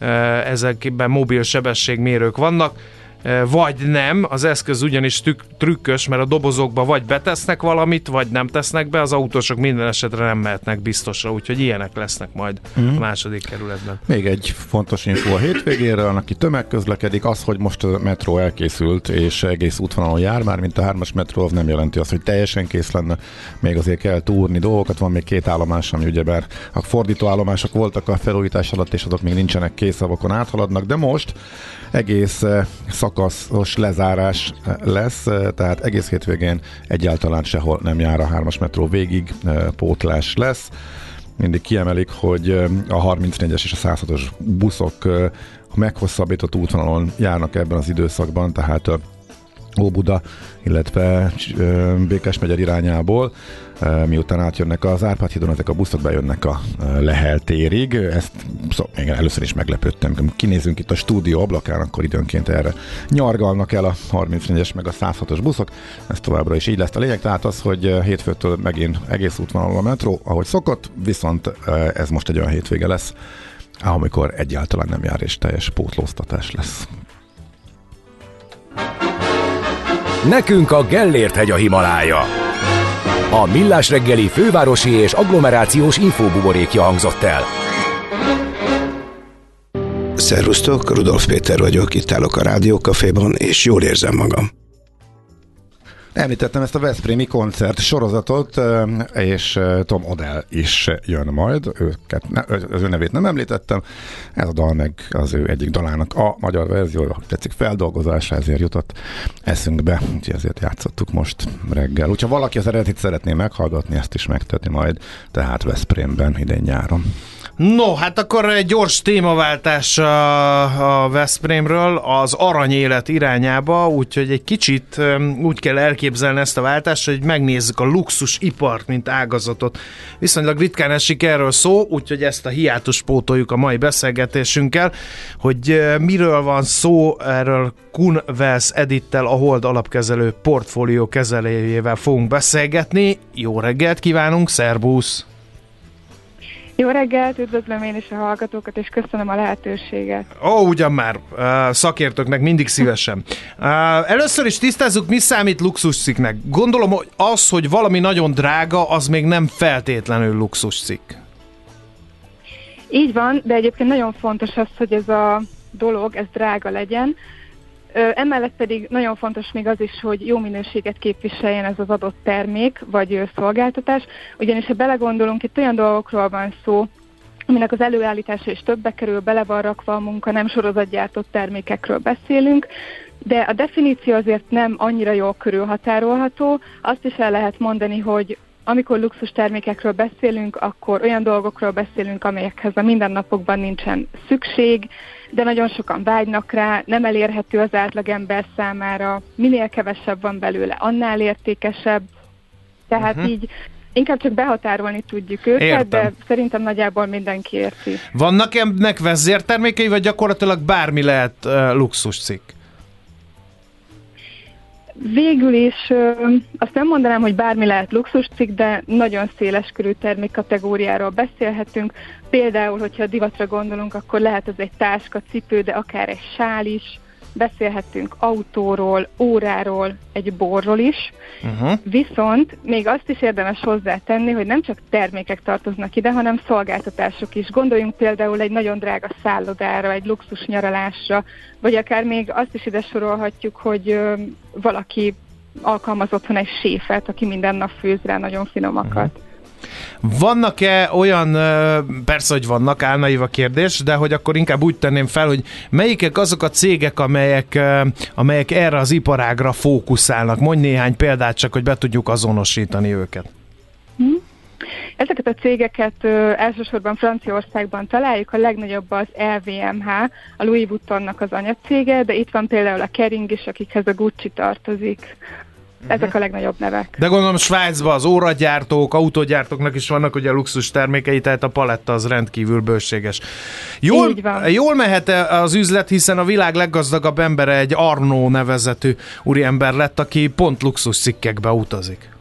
ezekben mobil sebességmérők vannak, vagy nem, az eszköz ugyanis tük, trükkös, mert a dobozokba vagy betesznek valamit, vagy nem tesznek be, az autósok minden esetre nem mehetnek biztosra, úgyhogy ilyenek lesznek majd mm. a második kerületben. Még egy fontos info a hétvégére, aki tömegközlekedik, az, hogy most a metró elkészült, és egész útvonalon jár, már mint a hármas metró, az nem jelenti azt, hogy teljesen kész lenne, még azért kell túrni dolgokat, van még két állomás, ami ugyebár a fordító állomások voltak a felújítás alatt, és azok még nincsenek kész, avokon áthaladnak, de most egész szakaszos lezárás lesz, tehát egész hétvégén egyáltalán sehol nem jár a hármas metró végig, pótlás lesz. Mindig kiemelik, hogy a harmincnégyes és a száz hatos buszok a meghosszabbított útvonalon járnak ebben az időszakban, tehát Óbuda, illetve Békesmegyer irányából, miután átjönnek az Árpád hídon, ezek a buszok bejönnek a Lehel térig. Ezt szóval még először is meglepődtem. Amikor kinézünk itt a stúdió ablakán, akkor időnként erre nyargalnak el a harmincnégyes meg a száz hatos buszok. Ez továbbra is így lesz. A lényeg tehát az, hogy hétfőtől megint egész útvonalon a metró, ahogy szokott, viszont ez most egy olyan hétvége lesz, amikor egyáltalán nem jár és teljes pótlóztatás lesz. Nekünk a Gellért-hegy a Himalája. A Millás reggeli fővárosi és agglomerációs infóbuborékja hangzott el. Szervusztok, Rudolf Péter vagyok, itt állok a Rádiókaféban, és jól érzem magam. Említettem ezt a veszprémi koncert sorozatot, és Tom Odell is jön majd, őket, az ő nevét nem említettem, ez a dal meg az ő egyik dalának a magyar verziója, hogy tetszik, feldolgozása, ezért jutott eszünkbe, úgyhogy ezért játszottuk most reggel. Úgyhogy valaki az eredetit szeretné meghallgatni, ezt is megtenni majd, tehát Veszprémben idén nyáron. No, hát akkor egy gyors témaváltás a, a Veszprémről az aranyélet irányába, úgyhogy egy kicsit úgy kell elképzelni ezt a váltást, hogy megnézzük a luxusipart, mint ágazatot. Viszonylag ritkán esik erről szó, úgyhogy ezt a hiátust pótoljuk a mai beszélgetésünkkel, hogy miről van szó, erről Kun Wels Edittel, a Hold alapkezelő portfólió kezelőjével fogunk beszélgetni. Jó reggelt kívánunk, szerbusz! Jó reggelt, üdvözlöm én is a hallgatókat, és köszönöm a lehetőséget. Ó, ugyan már, uh, szakértőknek mindig szívesen. Uh, először is tisztázzuk, mi számít luxuscikknek. Gondolom, hogy az, hogy valami nagyon drága, az még nem feltétlenül luxuscikk. Így van, de egyébként nagyon fontos az, hogy ez a dolog, ez drága legyen. Ö, emellett pedig nagyon fontos még az is, hogy jó minőséget képviseljen ez az adott termék, vagy ö, szolgáltatás, ugyanis ha belegondolunk, itt olyan dolgokról van szó, aminek az előállítása is többbe kerül, bele van rakva a munka, nem sorozatgyártott termékekről beszélünk, de a definíció azért nem annyira jól körülhatárolható. Azt is el lehet mondani, hogy amikor luxus termékekről beszélünk, akkor olyan dolgokról beszélünk, amelyekhez a mindennapokban nincsen szükség, de nagyon sokan vágynak rá, nem elérhető az átlagember számára, minél kevesebb van belőle, annál értékesebb, tehát uh-huh. így inkább csak behatárolni tudjuk őket, értem. De szerintem nagyjából mindenki érti. Vannak ennek vezértermékei, vagy gyakorlatilag bármi lehet uh, luxuscikk? Végül is ö, azt nem mondanám, hogy bármi lehet luxuscikk, de nagyon széles körű termékkategóriáról beszélhetünk. Például, hogyha a divatra gondolunk, akkor lehet ez egy táska, cipő, de akár egy sál is. Beszélhetünk autóról, óráról, egy borról is. Uh-huh. Viszont még azt is érdemes hozzátenni, hogy nem csak termékek tartoznak ide, hanem szolgáltatások is. Gondoljunk például egy nagyon drága szállodára, egy luxus nyaralásra, vagy akár még azt is ide sorolhatjuk, hogy ö, valaki alkalmaz otthon egy séfet, aki minden nap főz rá nagyon finomakat. Uh-huh. Vannak-e olyan, persze, hogy vannak, álnaív a kérdés, de hogy akkor inkább úgy tenném fel, hogy melyikek azok a cégek, amelyek, amelyek erre az iparágra fókuszálnak? Mondj néhány példát csak, hogy be tudjuk azonosítani őket. Ezeket a cégeket ö, elsősorban Franciaországban találjuk, a legnagyobb az el vé em há, a Louis Vuittonnak az anyacége, de itt van például a Kering is, akikhez a Gucci tartozik. Ezek a legnagyobb nevek. De gondolom Svájcban az óragyártók, autógyártóknak is vannak ugye a luxus termékei, tehát a paletta az rendkívül bőséges. Jól, jól mehet az üzlet, hiszen a világ leggazdagabb embere egy Arnault nevezetű úriember lett, aki pont luxus cikkekbe utazik.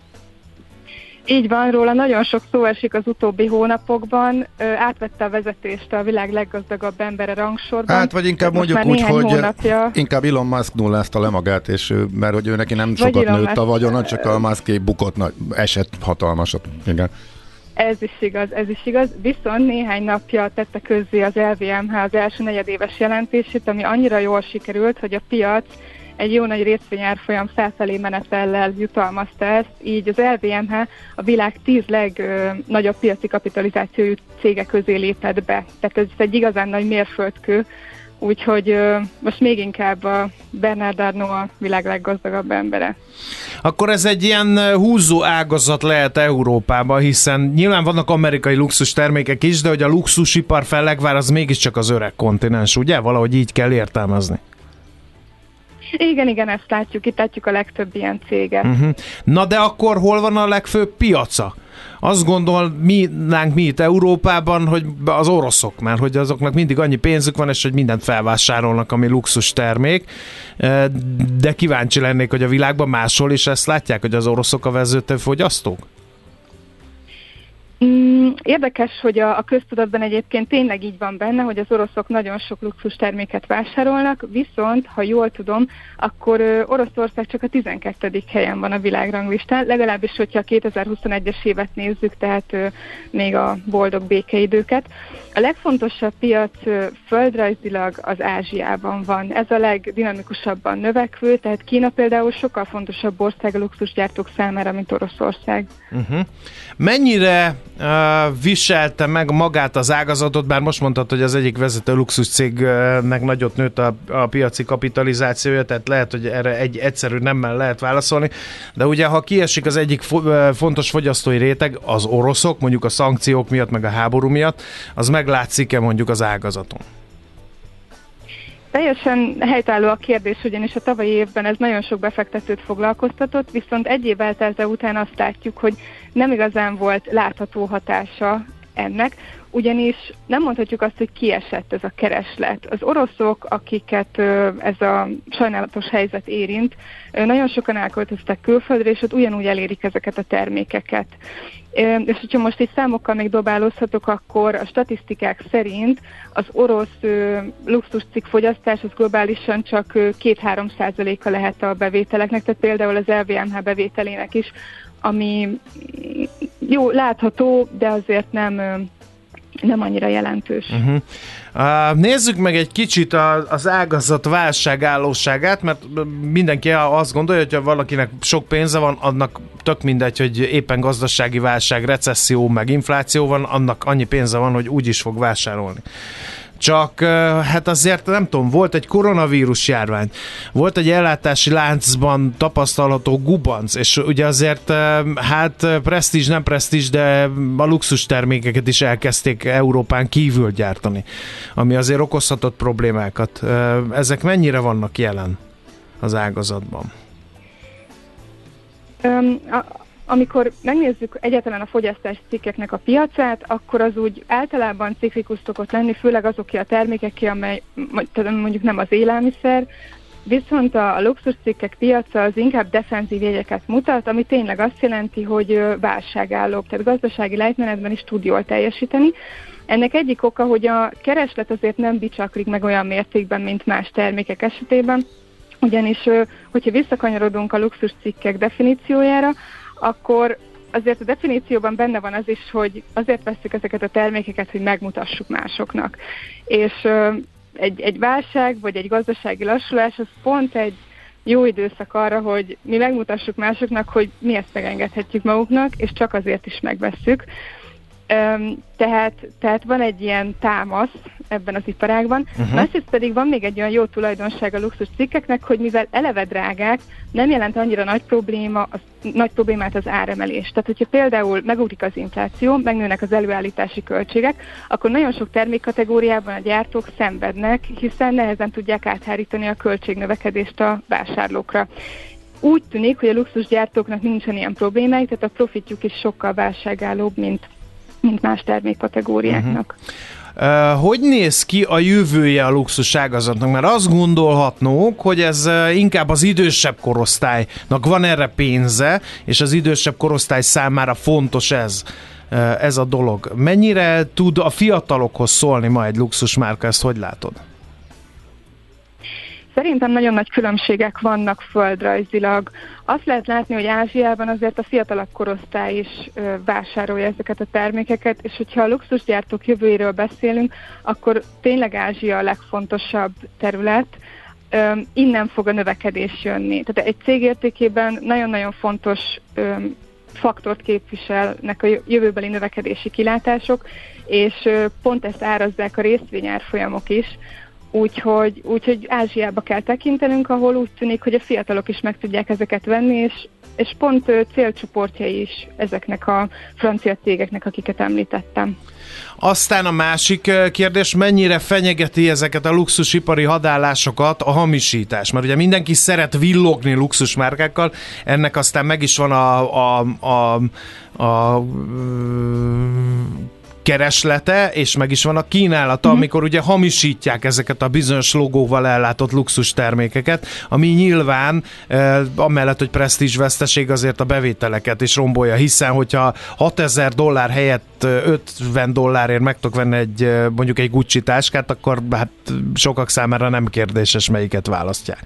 Így van, róla nagyon sok szó esik az utóbbi hónapokban. Ö, átvette a vezetést a világ leggazdagabb embere rangsorban. Hát, vagy inkább mondjuk úgy, hogy hónapja... inkább Elon Musk nullázta le magát, és, mert hogy ő neki nem vagy sokat Elon nőtt Musk... a vagyona, csak a Muské bukott, esett hatalmasat. Igen. Ez is igaz, ez is igaz. Viszont néhány napja tette közzé az el vé em há az első negyedéves jelentését, ami annyira jól sikerült, hogy a piac egy jó nagy részvényárfolyam felfelé menetellel jutalmazta ezt, így az el vé em há a világ tíz legnagyobb piaci kapitalizációjú cége közé lépett be. Tehát ez egy igazán nagy mérföldkő, úgyhogy ö, most még inkább a Bernard Arnault a világ leggazdagabb embere. Akkor ez egy ilyen húzó ágazat lehet Európában, hiszen nyilván vannak amerikai luxus termékek is, de hogy a luxusipar fellegvár az mégiscsak az öreg kontinens, ugye? Valahogy így kell értelmezni. Igen, igen, ezt látjuk, itt látjuk a legtöbb ilyen céget. Uh-huh. Na de akkor hol van a legfőbb piaca? Azt gondol mi, nánk mi itt Európában, hogy az oroszok, mert hogy azoknak mindig annyi pénzük van, és hogy mindent felvásárolnak, ami luxus termék, de kíváncsi lennék, hogy a világban máshol is ezt látják, hogy az oroszok a vezető fogyasztók? Mm, Érdekes, hogy a, a köztudatban egyébként tényleg így van benne, hogy az oroszok nagyon sok luxus terméket vásárolnak, viszont, ha jól tudom, akkor ö, Oroszország csak a tizenkettedik helyen van a világranglistán, legalábbis, hogyha a kétezer-huszonegyes évet nézzük, tehát ö, még a boldog békeidőket. A legfontosabb piac ö, földrajzilag az Ázsiában van. Ez a legdinamikusabban növekvő, tehát Kína például sokkal fontosabb ország a luxusgyártók számára, mint Oroszország. Uh-huh. Mennyire uh, viselte meg magát az ágazatot, bár most mondtad, hogy az egyik vezető luxus cégnek nagyot nőtt a, a piaci kapitalizációja, tehát lehet, hogy erre egy egyszerű nemmel lehet válaszolni, de ugye ha kiesik az egyik fo- fontos fogyasztói réteg, az oroszok, mondjuk a szankciók miatt, meg a háború miatt, az meglátszik-e mondjuk az ágazaton? Teljesen helytálló a kérdés, ugyanis a tavalyi évben ez nagyon sok befektetőt foglalkoztatott, viszont egy év eltelte után azt látjuk, hogy nem igazán volt látható hatása ennek, ugyanis nem mondhatjuk azt, hogy kiesett ez a kereslet. Az oroszok, akiket ez a sajnálatos helyzet érint, nagyon sokan elköltöztek külföldre, és ott ugyanúgy elérik ezeket a termékeket. És hogyha most egy számokkal még dobálózhatok, akkor a statisztikák szerint az orosz luxuscikk fogyasztás az globálisan csak két-három százaléka lehet a bevételeknek, tehát például az el vé em há bevételének is, ami jó, látható, de azért nem... nem annyira jelentős. Uh-huh. Uh, nézzük meg egy kicsit a, az ágazat válságállóságát, mert mindenki azt gondolja, hogy ha valakinek sok pénze van, annak tök mindegy, hogy éppen gazdasági válság, recesszió, meg infláció van, annak annyi pénze van, hogy úgy is fog vásárolni. Csak hát azért nem tudom, volt egy koronavírus járvány, volt egy ellátási láncban tapasztalható gubanc, és ugye azért hát presztízs, nem presztízs, de a luxus termékeket is elkezdték Európán kívül gyártani, ami azért okozhatott problémákat. Ezek mennyire vannak jelen az ágazatban? Um, a- Amikor megnézzük egyáltalán a fogyasztási cikkeknek a piacát, akkor az úgy általában ciklikus szokott lenni, főleg azoké a termékeké, amely mondjuk nem az élelmiszer, viszont a, a luxus cikkek piaca az inkább defenzív jegyeket mutat, ami tényleg azt jelenti, hogy válságállók, tehát gazdasági lejtmenetben is tud jól teljesíteni. Ennek egyik oka, hogy a kereslet azért nem bicsaklik meg olyan mértékben, mint más termékek esetében, ugyanis, hogyha visszakanyarodunk a luxus cikkek definíciójára, akkor azért a definícióban benne van az is, hogy azért vesszük ezeket a termékeket, hogy megmutassuk másoknak. És uh, egy, egy válság, vagy egy gazdasági lassulás, az pont egy jó időszak arra, hogy mi megmutassuk másoknak, hogy mi ezt megengedhetjük maguknak, és csak azért is megvesszük. Um, tehát, tehát van egy ilyen támasz ebben az iparágban. Uh-huh. Másrészt pedig van még egy olyan jó tulajdonság a luxus cikkeknek, hogy mivel eleve drágák, nem jelent annyira nagy, probléma, az, nagy problémát az áremelés. Tehát, hogyha például megugrik az infláció, megnőnek az előállítási költségek, akkor nagyon sok termékkategóriában a gyártók szenvednek, hiszen nehezen tudják áthárítani a költségnövekedést a vásárlókra. Úgy tűnik, hogy a luxusgyártóknak nincsen ilyen problémáik, tehát a profitjuk is sokkal válságállóbb, mint mint más termékkategóriáknak. Uh-huh. Uh, hogy néz ki a jövője a luxus ágazatnak? Mert azt gondolhatnók, hogy ez uh, inkább az idősebb korosztálynak van erre pénze, és az idősebb korosztály számára fontos ez, uh, ez a dolog. Mennyire tud a fiatalokhoz szólni ma egy luxusmárka, ezt hogy látod? Szerintem nagyon nagy különbségek vannak földrajzilag. Azt lehet látni, hogy Ázsiában azért a fiatalabb korosztály is ö, vásárolja ezeket a termékeket, és hogyha a luxusgyártók jövőjéről beszélünk, akkor tényleg Ázsia a legfontosabb terület. Ö, innen fog a növekedés jönni. Tehát egy cég értékében nagyon-nagyon fontos ö, faktort képviselnek a jövőbeli növekedési kilátások, és ö, pont ezt árazzák a részvényárfolyamok is. Úgyhogy, úgyhogy Ázsiába kell tekintenünk, ahol úgy tűnik, hogy a fiatalok is meg tudják ezeket venni, és, és pont célcsoportjai is ezeknek a francia cégeknek, akiket említettem. Aztán a másik kérdés, mennyire fenyegeti ezeket a luxusipari hadállásokat a hamisítás? Mert ugye mindenki szeret villogni luxusmárkákkal, ennek aztán meg is van a, a, a, a, a kereslete, és meg is van a kínálata, mm-hmm. amikor ugye hamisítják ezeket a bizonyos logóval ellátott luxus termékeket, ami nyilván eh, amellett, hogy presztízsveszteség, azért a bevételeket is rombolja, hiszen hogyha hatezer dollár helyett ötven dollárért meg tudok venni egy, mondjuk egy Gucci táskát, akkor hát sokak számára nem kérdéses, melyiket választják.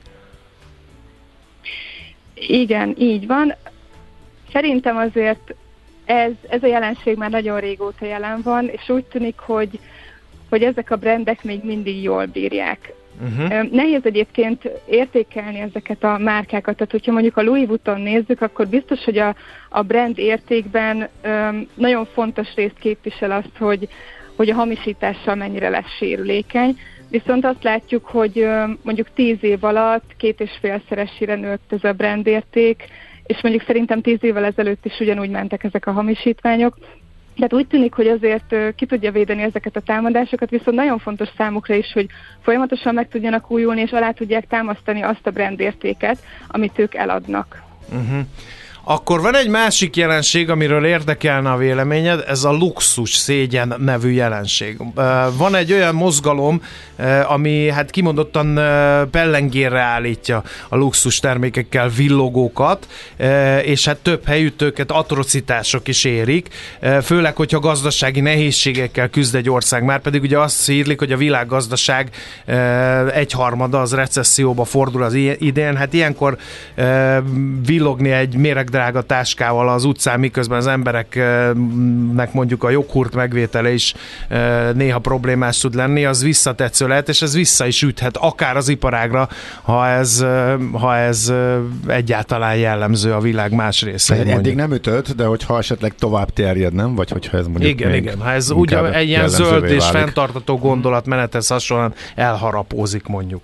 Igen, így van. Szerintem azért ez, ez a jelenség már nagyon régóta jelen van, és úgy tűnik, hogy, hogy ezek a brandek még mindig jól bírják. Uh-huh. Nehéz egyébként értékelni ezeket a márkákat, tehát hogyha mondjuk a Louis Vuitton nézzük, akkor biztos, hogy a, a brand értékben um, nagyon fontos részt képvisel azt, hogy, hogy a hamisítással mennyire lesz sérülékeny, viszont azt látjuk, hogy um, mondjuk tíz év alatt két és félszeresére nőtt ez a brand érték, és mondjuk szerintem tíz évvel ezelőtt is ugyanúgy mentek ezek a hamisítványok. Tehát úgy tűnik, hogy azért ki tudja védeni ezeket a támadásokat, viszont nagyon fontos számukra is, hogy folyamatosan meg tudjanak újulni, és alá tudják támasztani azt a brandértéket, amit ők eladnak. Uh-huh. Akkor van egy másik jelenség, amiről érdekelne a véleményed, ez a luxus szégyen nevű jelenség. Van egy olyan mozgalom, ami hát kimondottan pellengérre állítja a luxus termékekkel villogókat, és hát több helyütt őket atrocitások is érik, főleg, hogyha gazdasági nehézségekkel küzd egy ország. Már pedig ugye azt hírlik, hogy a világgazdaság egyharmada az recesszióba fordul az idén, hát ilyenkor villogni egy méreg drága táskával az utcán, miközben az embereknek mondjuk a joghurt megvétele is néha problémás tud lenni, az visszatetsző lehet, és ez vissza is üthet akár az iparágra, ha ez, ha ez egyáltalán jellemző a világ más részén. Eddig nem ütött, de hogyha esetleg tovább terjed, nem? Vagy hogyha ez mondjuk igen, igen. Ha ez ugye egy ilyen zöld és válik. Fenntartató gondolatmenethez hasonlóan elharapózik mondjuk.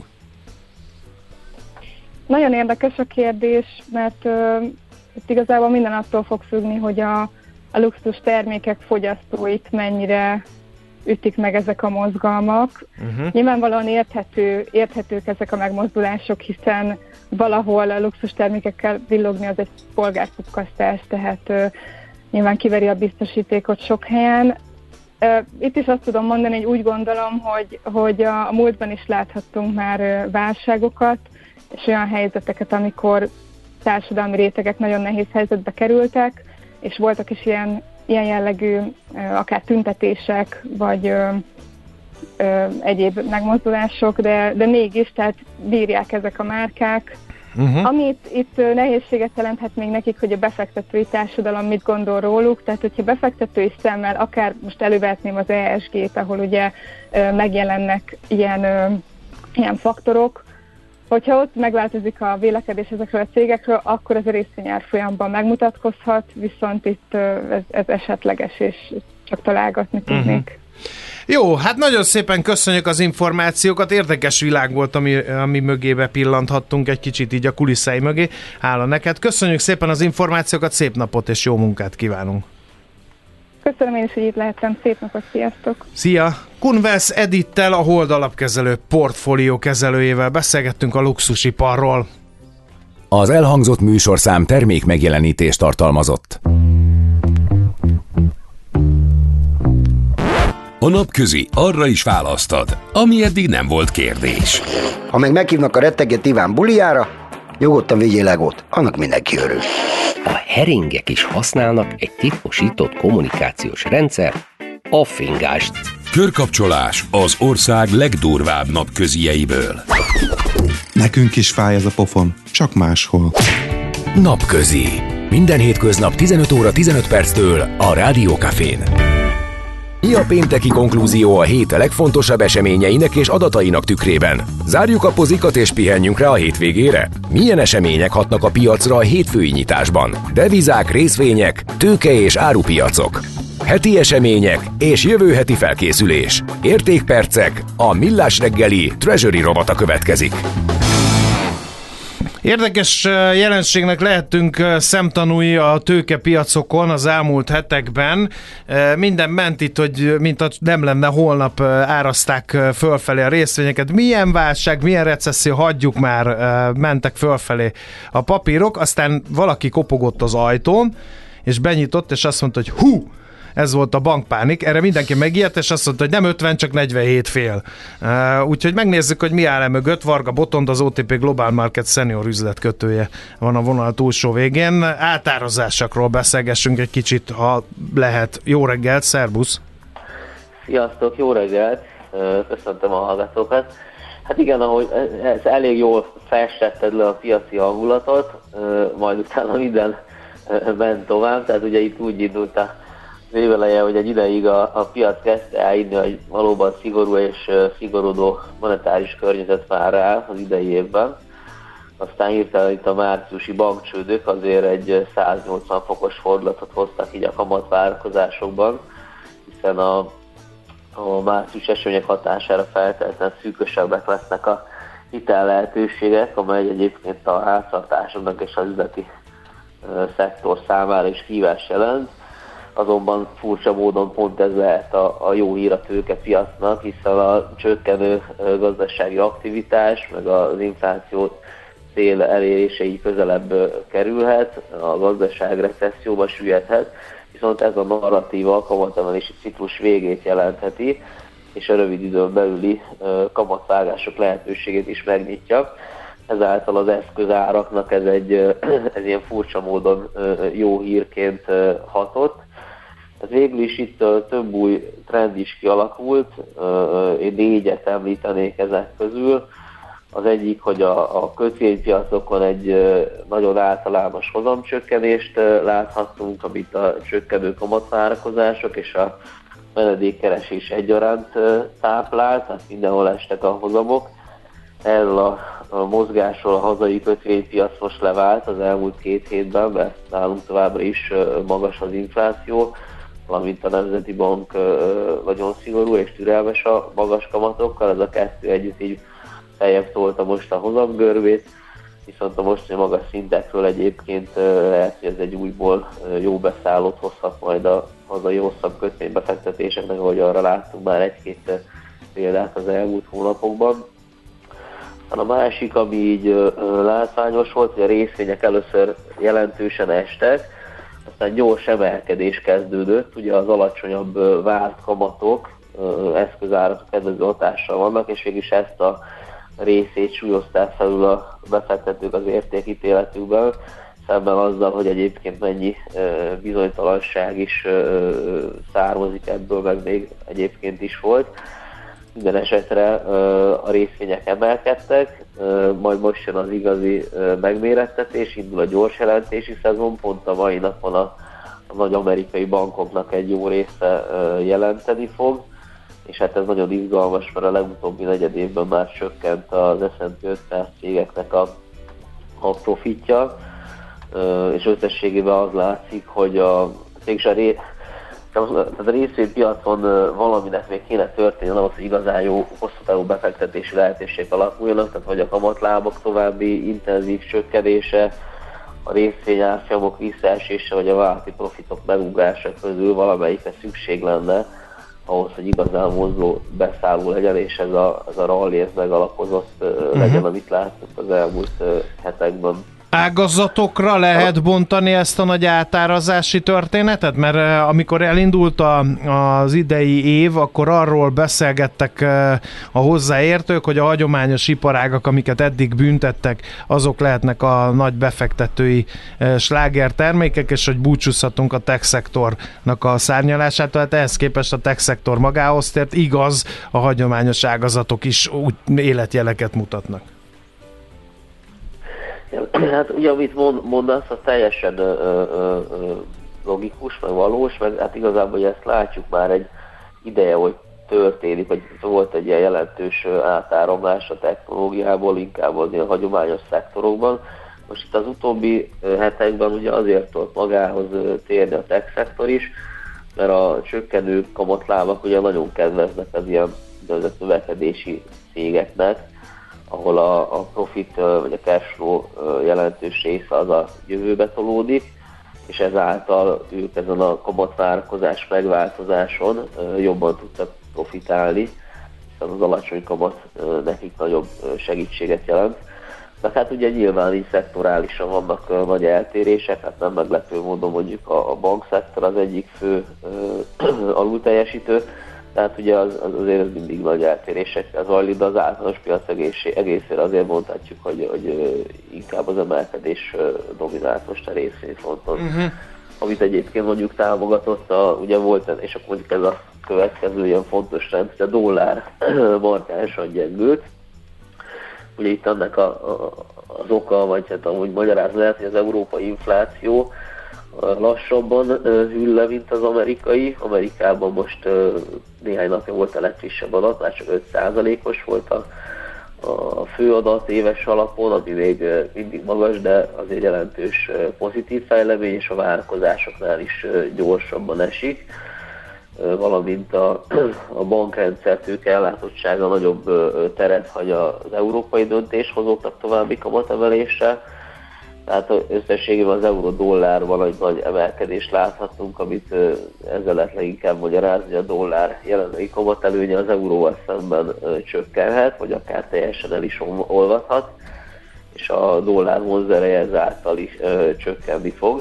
Nagyon érdekes a kérdés, mert uh, itt igazából minden attól fog függni, hogy a, a luxus termékek fogyasztóit mennyire ütik meg ezek a mozgalmak. Uh-huh. Nyilvánvalóan érthető, érthetők ezek a megmozdulások, hiszen valahol a luxus termékekkel villogni az egy polgárpukkasztás, tehát uh, nyilván kiveri a biztosítékot sok helyen. Uh, itt is azt tudom mondani, hogy úgy gondolom, hogy, hogy a, a múltban is láthattunk már uh, válságokat, és olyan helyzeteket, amikor társadalmi rétegek nagyon nehéz helyzetbe kerültek, és voltak is ilyen, ilyen jellegű akár tüntetések, vagy ö, ö, egyéb megmozdulások, de, de mégis, tehát bírják ezek a márkák. Uh-huh. Amit itt nehézséget jelenthet még nekik, hogy a befektetői társadalom mit gondol róluk, tehát hogyha befektetői szemmel, akár most elővetném az E S G-t, ahol ugye ö, megjelennek ilyen, ö, ilyen faktorok, hogyha ott megváltozik a vélekedés ezekről a cégekről, akkor ez a részvényárfolyamban megmutatkozhat, viszont itt ez, ez esetleges, és csak találgatni tudnék. Uh-huh. Jó, hát nagyon szépen köszönjük az információkat, érdekes világ volt, ami, ami mögébe pillanthattunk egy kicsit így a kulisszái mögé. Hála neked, köszönjük szépen az információkat, szép napot és jó munkát kívánunk! Köszönöm én is, hogy itt lehettem. Szép napot, sziasztok! Szia! Kunvesz Edittel, a Hold alapkezelő portfólió kezelőjével beszélgettünk a luxusiparról. Az elhangzott műsorszám termék megjelenítést tartalmazott. A Napközi arra is választad, ami eddig nem volt kérdés. Ha meg meghívnak a retteget Iván bulijára, nyugodtan vigyél legót, annak mindenki örül. A heringek is használnak egy titkosított kommunikációs rendszer, a fingást. Körkapcsolás az ország legdurvább napközieiből. Nekünk is fáj ez a pofon, csak máshol. Napközi. Minden hétköznap tizenöt óra tizenöt perctől a Rádió Cafén. Mi a pénteki konklúzió a hét legfontosabb eseményeinek és adatainak tükrében? Zárjuk a pozikat és pihenjünk rá a hétvégére? Milyen események hatnak a piacra a hétfői nyitásban? Devizák, részvények, tőke és árupiacok. Heti események és jövő heti felkészülés. Értékpercek, a Millás reggeli Treasury rovata következik. Érdekes jelenségnek lehetünk szemtanúi a tőkepiacokon az elmúlt hetekben. Minden ment itt, hogy mint a nem lenne holnap, árazták fölfelé a részvényeket. Milyen válság, milyen recesszió, hagyjuk már, mentek fölfelé a papírok. Aztán valaki kopogott az ajtón, és benyitott, és azt mondta, hogy hú, ez volt a bankpánik. Erre mindenki megijedt, és azt mondta, hogy nem ötven, csak negyvenhét fél. Uh, úgyhogy megnézzük, hogy mi áll e mögött. Varga Botond, az o té pé Global Markets senior üzletkötője van a vonal túlsó végén. Átározásokról beszélgessünk egy kicsit, ha lehet. Jó reggelt, szervusz! Sziasztok, jó reggelt! Köszöntöm a hallgatókat. Hát igen, ahogy ez elég jól festetted le a piaci hangulatot, majd utána minden ment tovább, tehát ugye itt úgy indult az éveleje, hogy egy ideig a, a piac kezdte elhinni, hogy valóban szigorú és szigorodó monetáris környezet vár rá az idei évben. Aztán hirtelen itt a márciusi bankcsődök azért egy száznyolcvan fokos fordulatot hoztak így a kamatvárakozásokban, hiszen a, a március esőnyek hatására feltétlenül szűkösebbek lesznek a hitel lehetőségek, amely egyébként a háztartásoknak és az üzleti uh, szektor számára is kihívás jelent. Azonban furcsa módon pont ez lehet a, a jó hír a tőkepiacnak, hiszen a csökkenő uh, gazdasági aktivitás, meg az infláció cél elérése így közelebb uh, kerülhet, a gazdaság recesszióba süllyedhet, viszont ez a narratíva a kamatemelési ciklus végét jelentheti, és a rövid időn belüli uh, kamatvágások lehetőségét is megnyitja. Ezáltal az eszközáraknak ez egy uh, ez ilyen furcsa módon uh, jó hírként uh, hatott. Ez végül is itt uh, több új trend is kialakult, uh, én négyet említenék ezek közül. Az egyik, hogy a, a kötvénypiacokon egy uh, nagyon általános hozamcsökkenést uh, láthattunk, amit a csökkenő kamatvárakozások és a menedékkeresés egyaránt uh, táplált, tehát mindenhol estek a hozamok. Erről a, a mozgásról a hazai kötvénypiac most levált az elmúlt két hétben, mert nálunk továbbra is uh, magas az infláció, valamint a Nemzeti Bank uh, nagyon szigorú és türelmes a magas kamatokkal, ez a kettő együtt így feljebb tolta most a hozamgörbét, viszont a mostani magas szintekről egyébként lehet, hogy ez egy újból jó beszállót hozhat majd a hazai hosszabb kötvénybefektetéseknek, ahogy arra láttunk már egy-két példát az elmúlt hónapokban. A másik, ami így látványos volt, hogy a részvények először jelentősen estek, aztán gyors emelkedés kezdődött, ugye az alacsonyabb várt kamatok, eszközárak kedvező hatással vannak, és végülis ezt a részét súlyozták felül a befektetők az értékítéletükben, szemben azzal, hogy egyébként mennyi bizonytalanság is származik ebből, meg még egyébként is volt. Minden esetre a részvények emelkedtek, majd most jön az igazi megmérettetés, indul a gyors jelentési szezon, pont a mai napon a, a nagy amerikai bankoknak egy jó része jelenteni fog, és hát ez nagyon izgalmas, mert a legutóbbi negyed évben már csökkent az es and pé ötszáz cégeknek a, a profitja, és összességében az látszik, hogy a, mégis a, ré, a részvénypiacon valaminek még kéne történni, nem az, hogy igazán jó hosszú távú befektetési lehetőségek alakuljanak, tehát vagy a kamatlábak további intenzív csökkenése, a részvényárfolyamok visszaesése, vagy a vállalati profitok megugrása közül valamelyikre szükség lenne, ahhoz, hogy igazán vonzó beszálló legyen, és ez a, ez a rally ez megalapozott uh-huh. legyen, amit láttuk az elmúlt uh, hetekben. Ágazatokra lehet bontani ezt a nagy átárazási történetet? Mert amikor elindult a, az idei év, akkor arról beszélgettek a hozzáértők, hogy a hagyományos iparágak, amiket eddig büntettek, azok lehetnek a nagy befektetői slágertermékek, és hogy búcsúzhatunk a tech szektornak a szárnyalásától. Hát ehhez képest a tech szektor magához tért, igaz, a hagyományos ágazatok is úgy életjeleket mutatnak. Hát ugye, amit mondasz, az teljesen ö, ö, ö, logikus, meg valós, meg hát igazából, hogy ezt látjuk már egy ideje, hogy történik, vagy volt egy ilyen jelentős átáramlás a technológiából, inkább az ilyen hagyományos szektorokban. Most itt az utóbbi hetekben ugye azért tudott magához térni a tech szektor is, mert a csökkenő kamatlábak ugye nagyon kedveznek az ilyen növekedési cégeknek, ahol a, a profit vagy a cash flow jelentős része az a jövőbe tolódik, és ezáltal ők ezen a kamatvárakozás megváltozáson jobban tudtak profitálni, hiszen az alacsony kamat nekik nagyobb segítséget jelent. Meg hát ugye nyilván így szektorálisan vannak uh, nagy eltérések, hát nem meglepő módon mondjuk a, a bankszektor az egyik fő uh, alulteljesítő, tehát ugye az, az azért az mindig nagy eltérésekkel zajlik, de az általános piac egészére azért mondhatjuk, hogy, hogy uh, inkább az emelkedés uh, dominált most a részvényfronton. Uh-huh. Amit egyébként mondjuk támogatott, a, ugye volt, és akkor mondjuk ez a következő ilyen fontos trend, hogy a dollár markánsan gyengült. Ugye itt annak a, a, az oka, vagy hát amúgy magyarázni lehet, hogy az európai infláció lassabban hűl le, mint az amerikai. Amerikában most néhány napja volt a legfrissebb adat, már csak öt százalékos volt a, a fő adat éves alapon, ami még mindig magas, de azért jelentős pozitív fejlemény, és a várakozásoknál is gyorsabban esik, valamint a, a bankrendszer tőke ellátottsága nagyobb teret hagy az európai döntéshozóknak további kamatemeléssel. Tehát összességében az euró-dollárban egy nagy emelkedést láthatunk, amit ezzel lehet leginkább magyarázni, hogy a dollár jelenlegi kamatelőnye az euróval szemben csökkenhet, vagy akár teljesen el is olvadhat, és a dollár vonzereje ezáltal is csökkenni fog.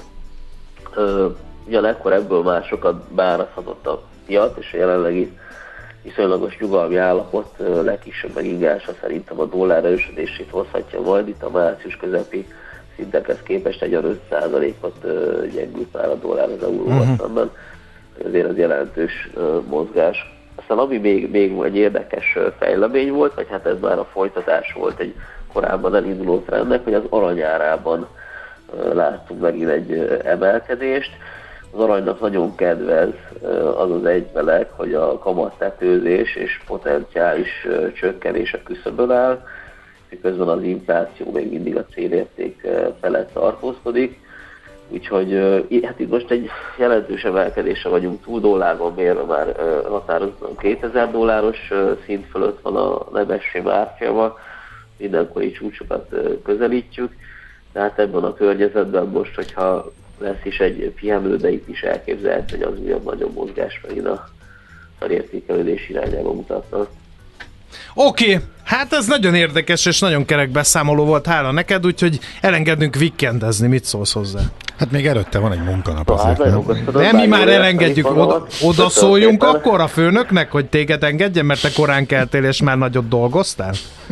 Ugyanekkor ebből már sokat beárazhatott a piac, és a jelenlegi viszonylagos nyugalmi állapot legkisebb megingása szerintem a dollár erősödését hozhatja majd. Itt a március közepi szintekhez képest egy öt százalékot gyengült már a dollár az euróval uh-huh. szemben. Ezért az jelentős mozgás. Aztán ami még, még egy érdekes fejlemény volt, vagy hát ez már a folytatás volt egy korábban elinduló trendnek, hogy az aranyárában láttunk megint egy emelkedést. Az aranynak nagyon kedvez az az egybeleg, hogy a kamattetőzés és potenciális csökkenés a küszöbön áll, miközben az infláció még mindig a célérték felett tartózkodik. Úgyhogy hát itt most egy jelentős emelkedésre vagyunk túl, dollárban mérve már határozottan kétezer dolláros szint fölött van a nemessé mártyával, mindenkori csúcsokat közelítjük, tehát ebben a környezetben most, hogyha lesz is egy pihenő, de itt is elképzelhető, hogy az újabb nagyobb mozgás megint a szarértékelődés irányába mutatna. Oké, okay. Hát ez nagyon érdekes és nagyon kerek beszámoló volt, hála neked, úgyhogy elengedünk weekendezni, mit szólsz hozzá? Hát még előtte van egy munkanap azért. Hát, de mi már elengedjük, oda, oda szóljunk akkor a főnöknek, hogy téged engedjen, mert te korán keltél és már nagyot dolgoztál?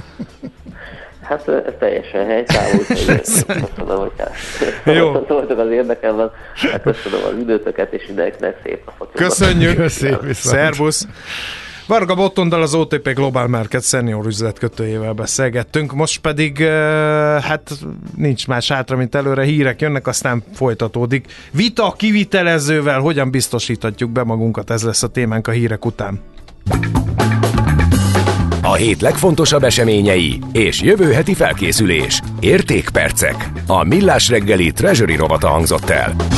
Hát ez teljesen helytálló, köszönöm, hogy szóltok az érdekemben, köszönöm az időtöket, és mindenkinek szép napot. Köszönjük, szervusz! Varga Bottondal, az o té pé Global Markets senior üzletkötőjével beszélgettünk, most pedig hát nincs más hátra, mint előre, hírek jönnek, aztán folytatódik. Vita kivitelezővel hogyan biztosíthatjuk be magunkat, ez lesz a témánk a hírek után. A hét legfontosabb eseményei és jövő heti felkészülés. Értékpercek. A Millás reggeli Treasury rovata hangzott el.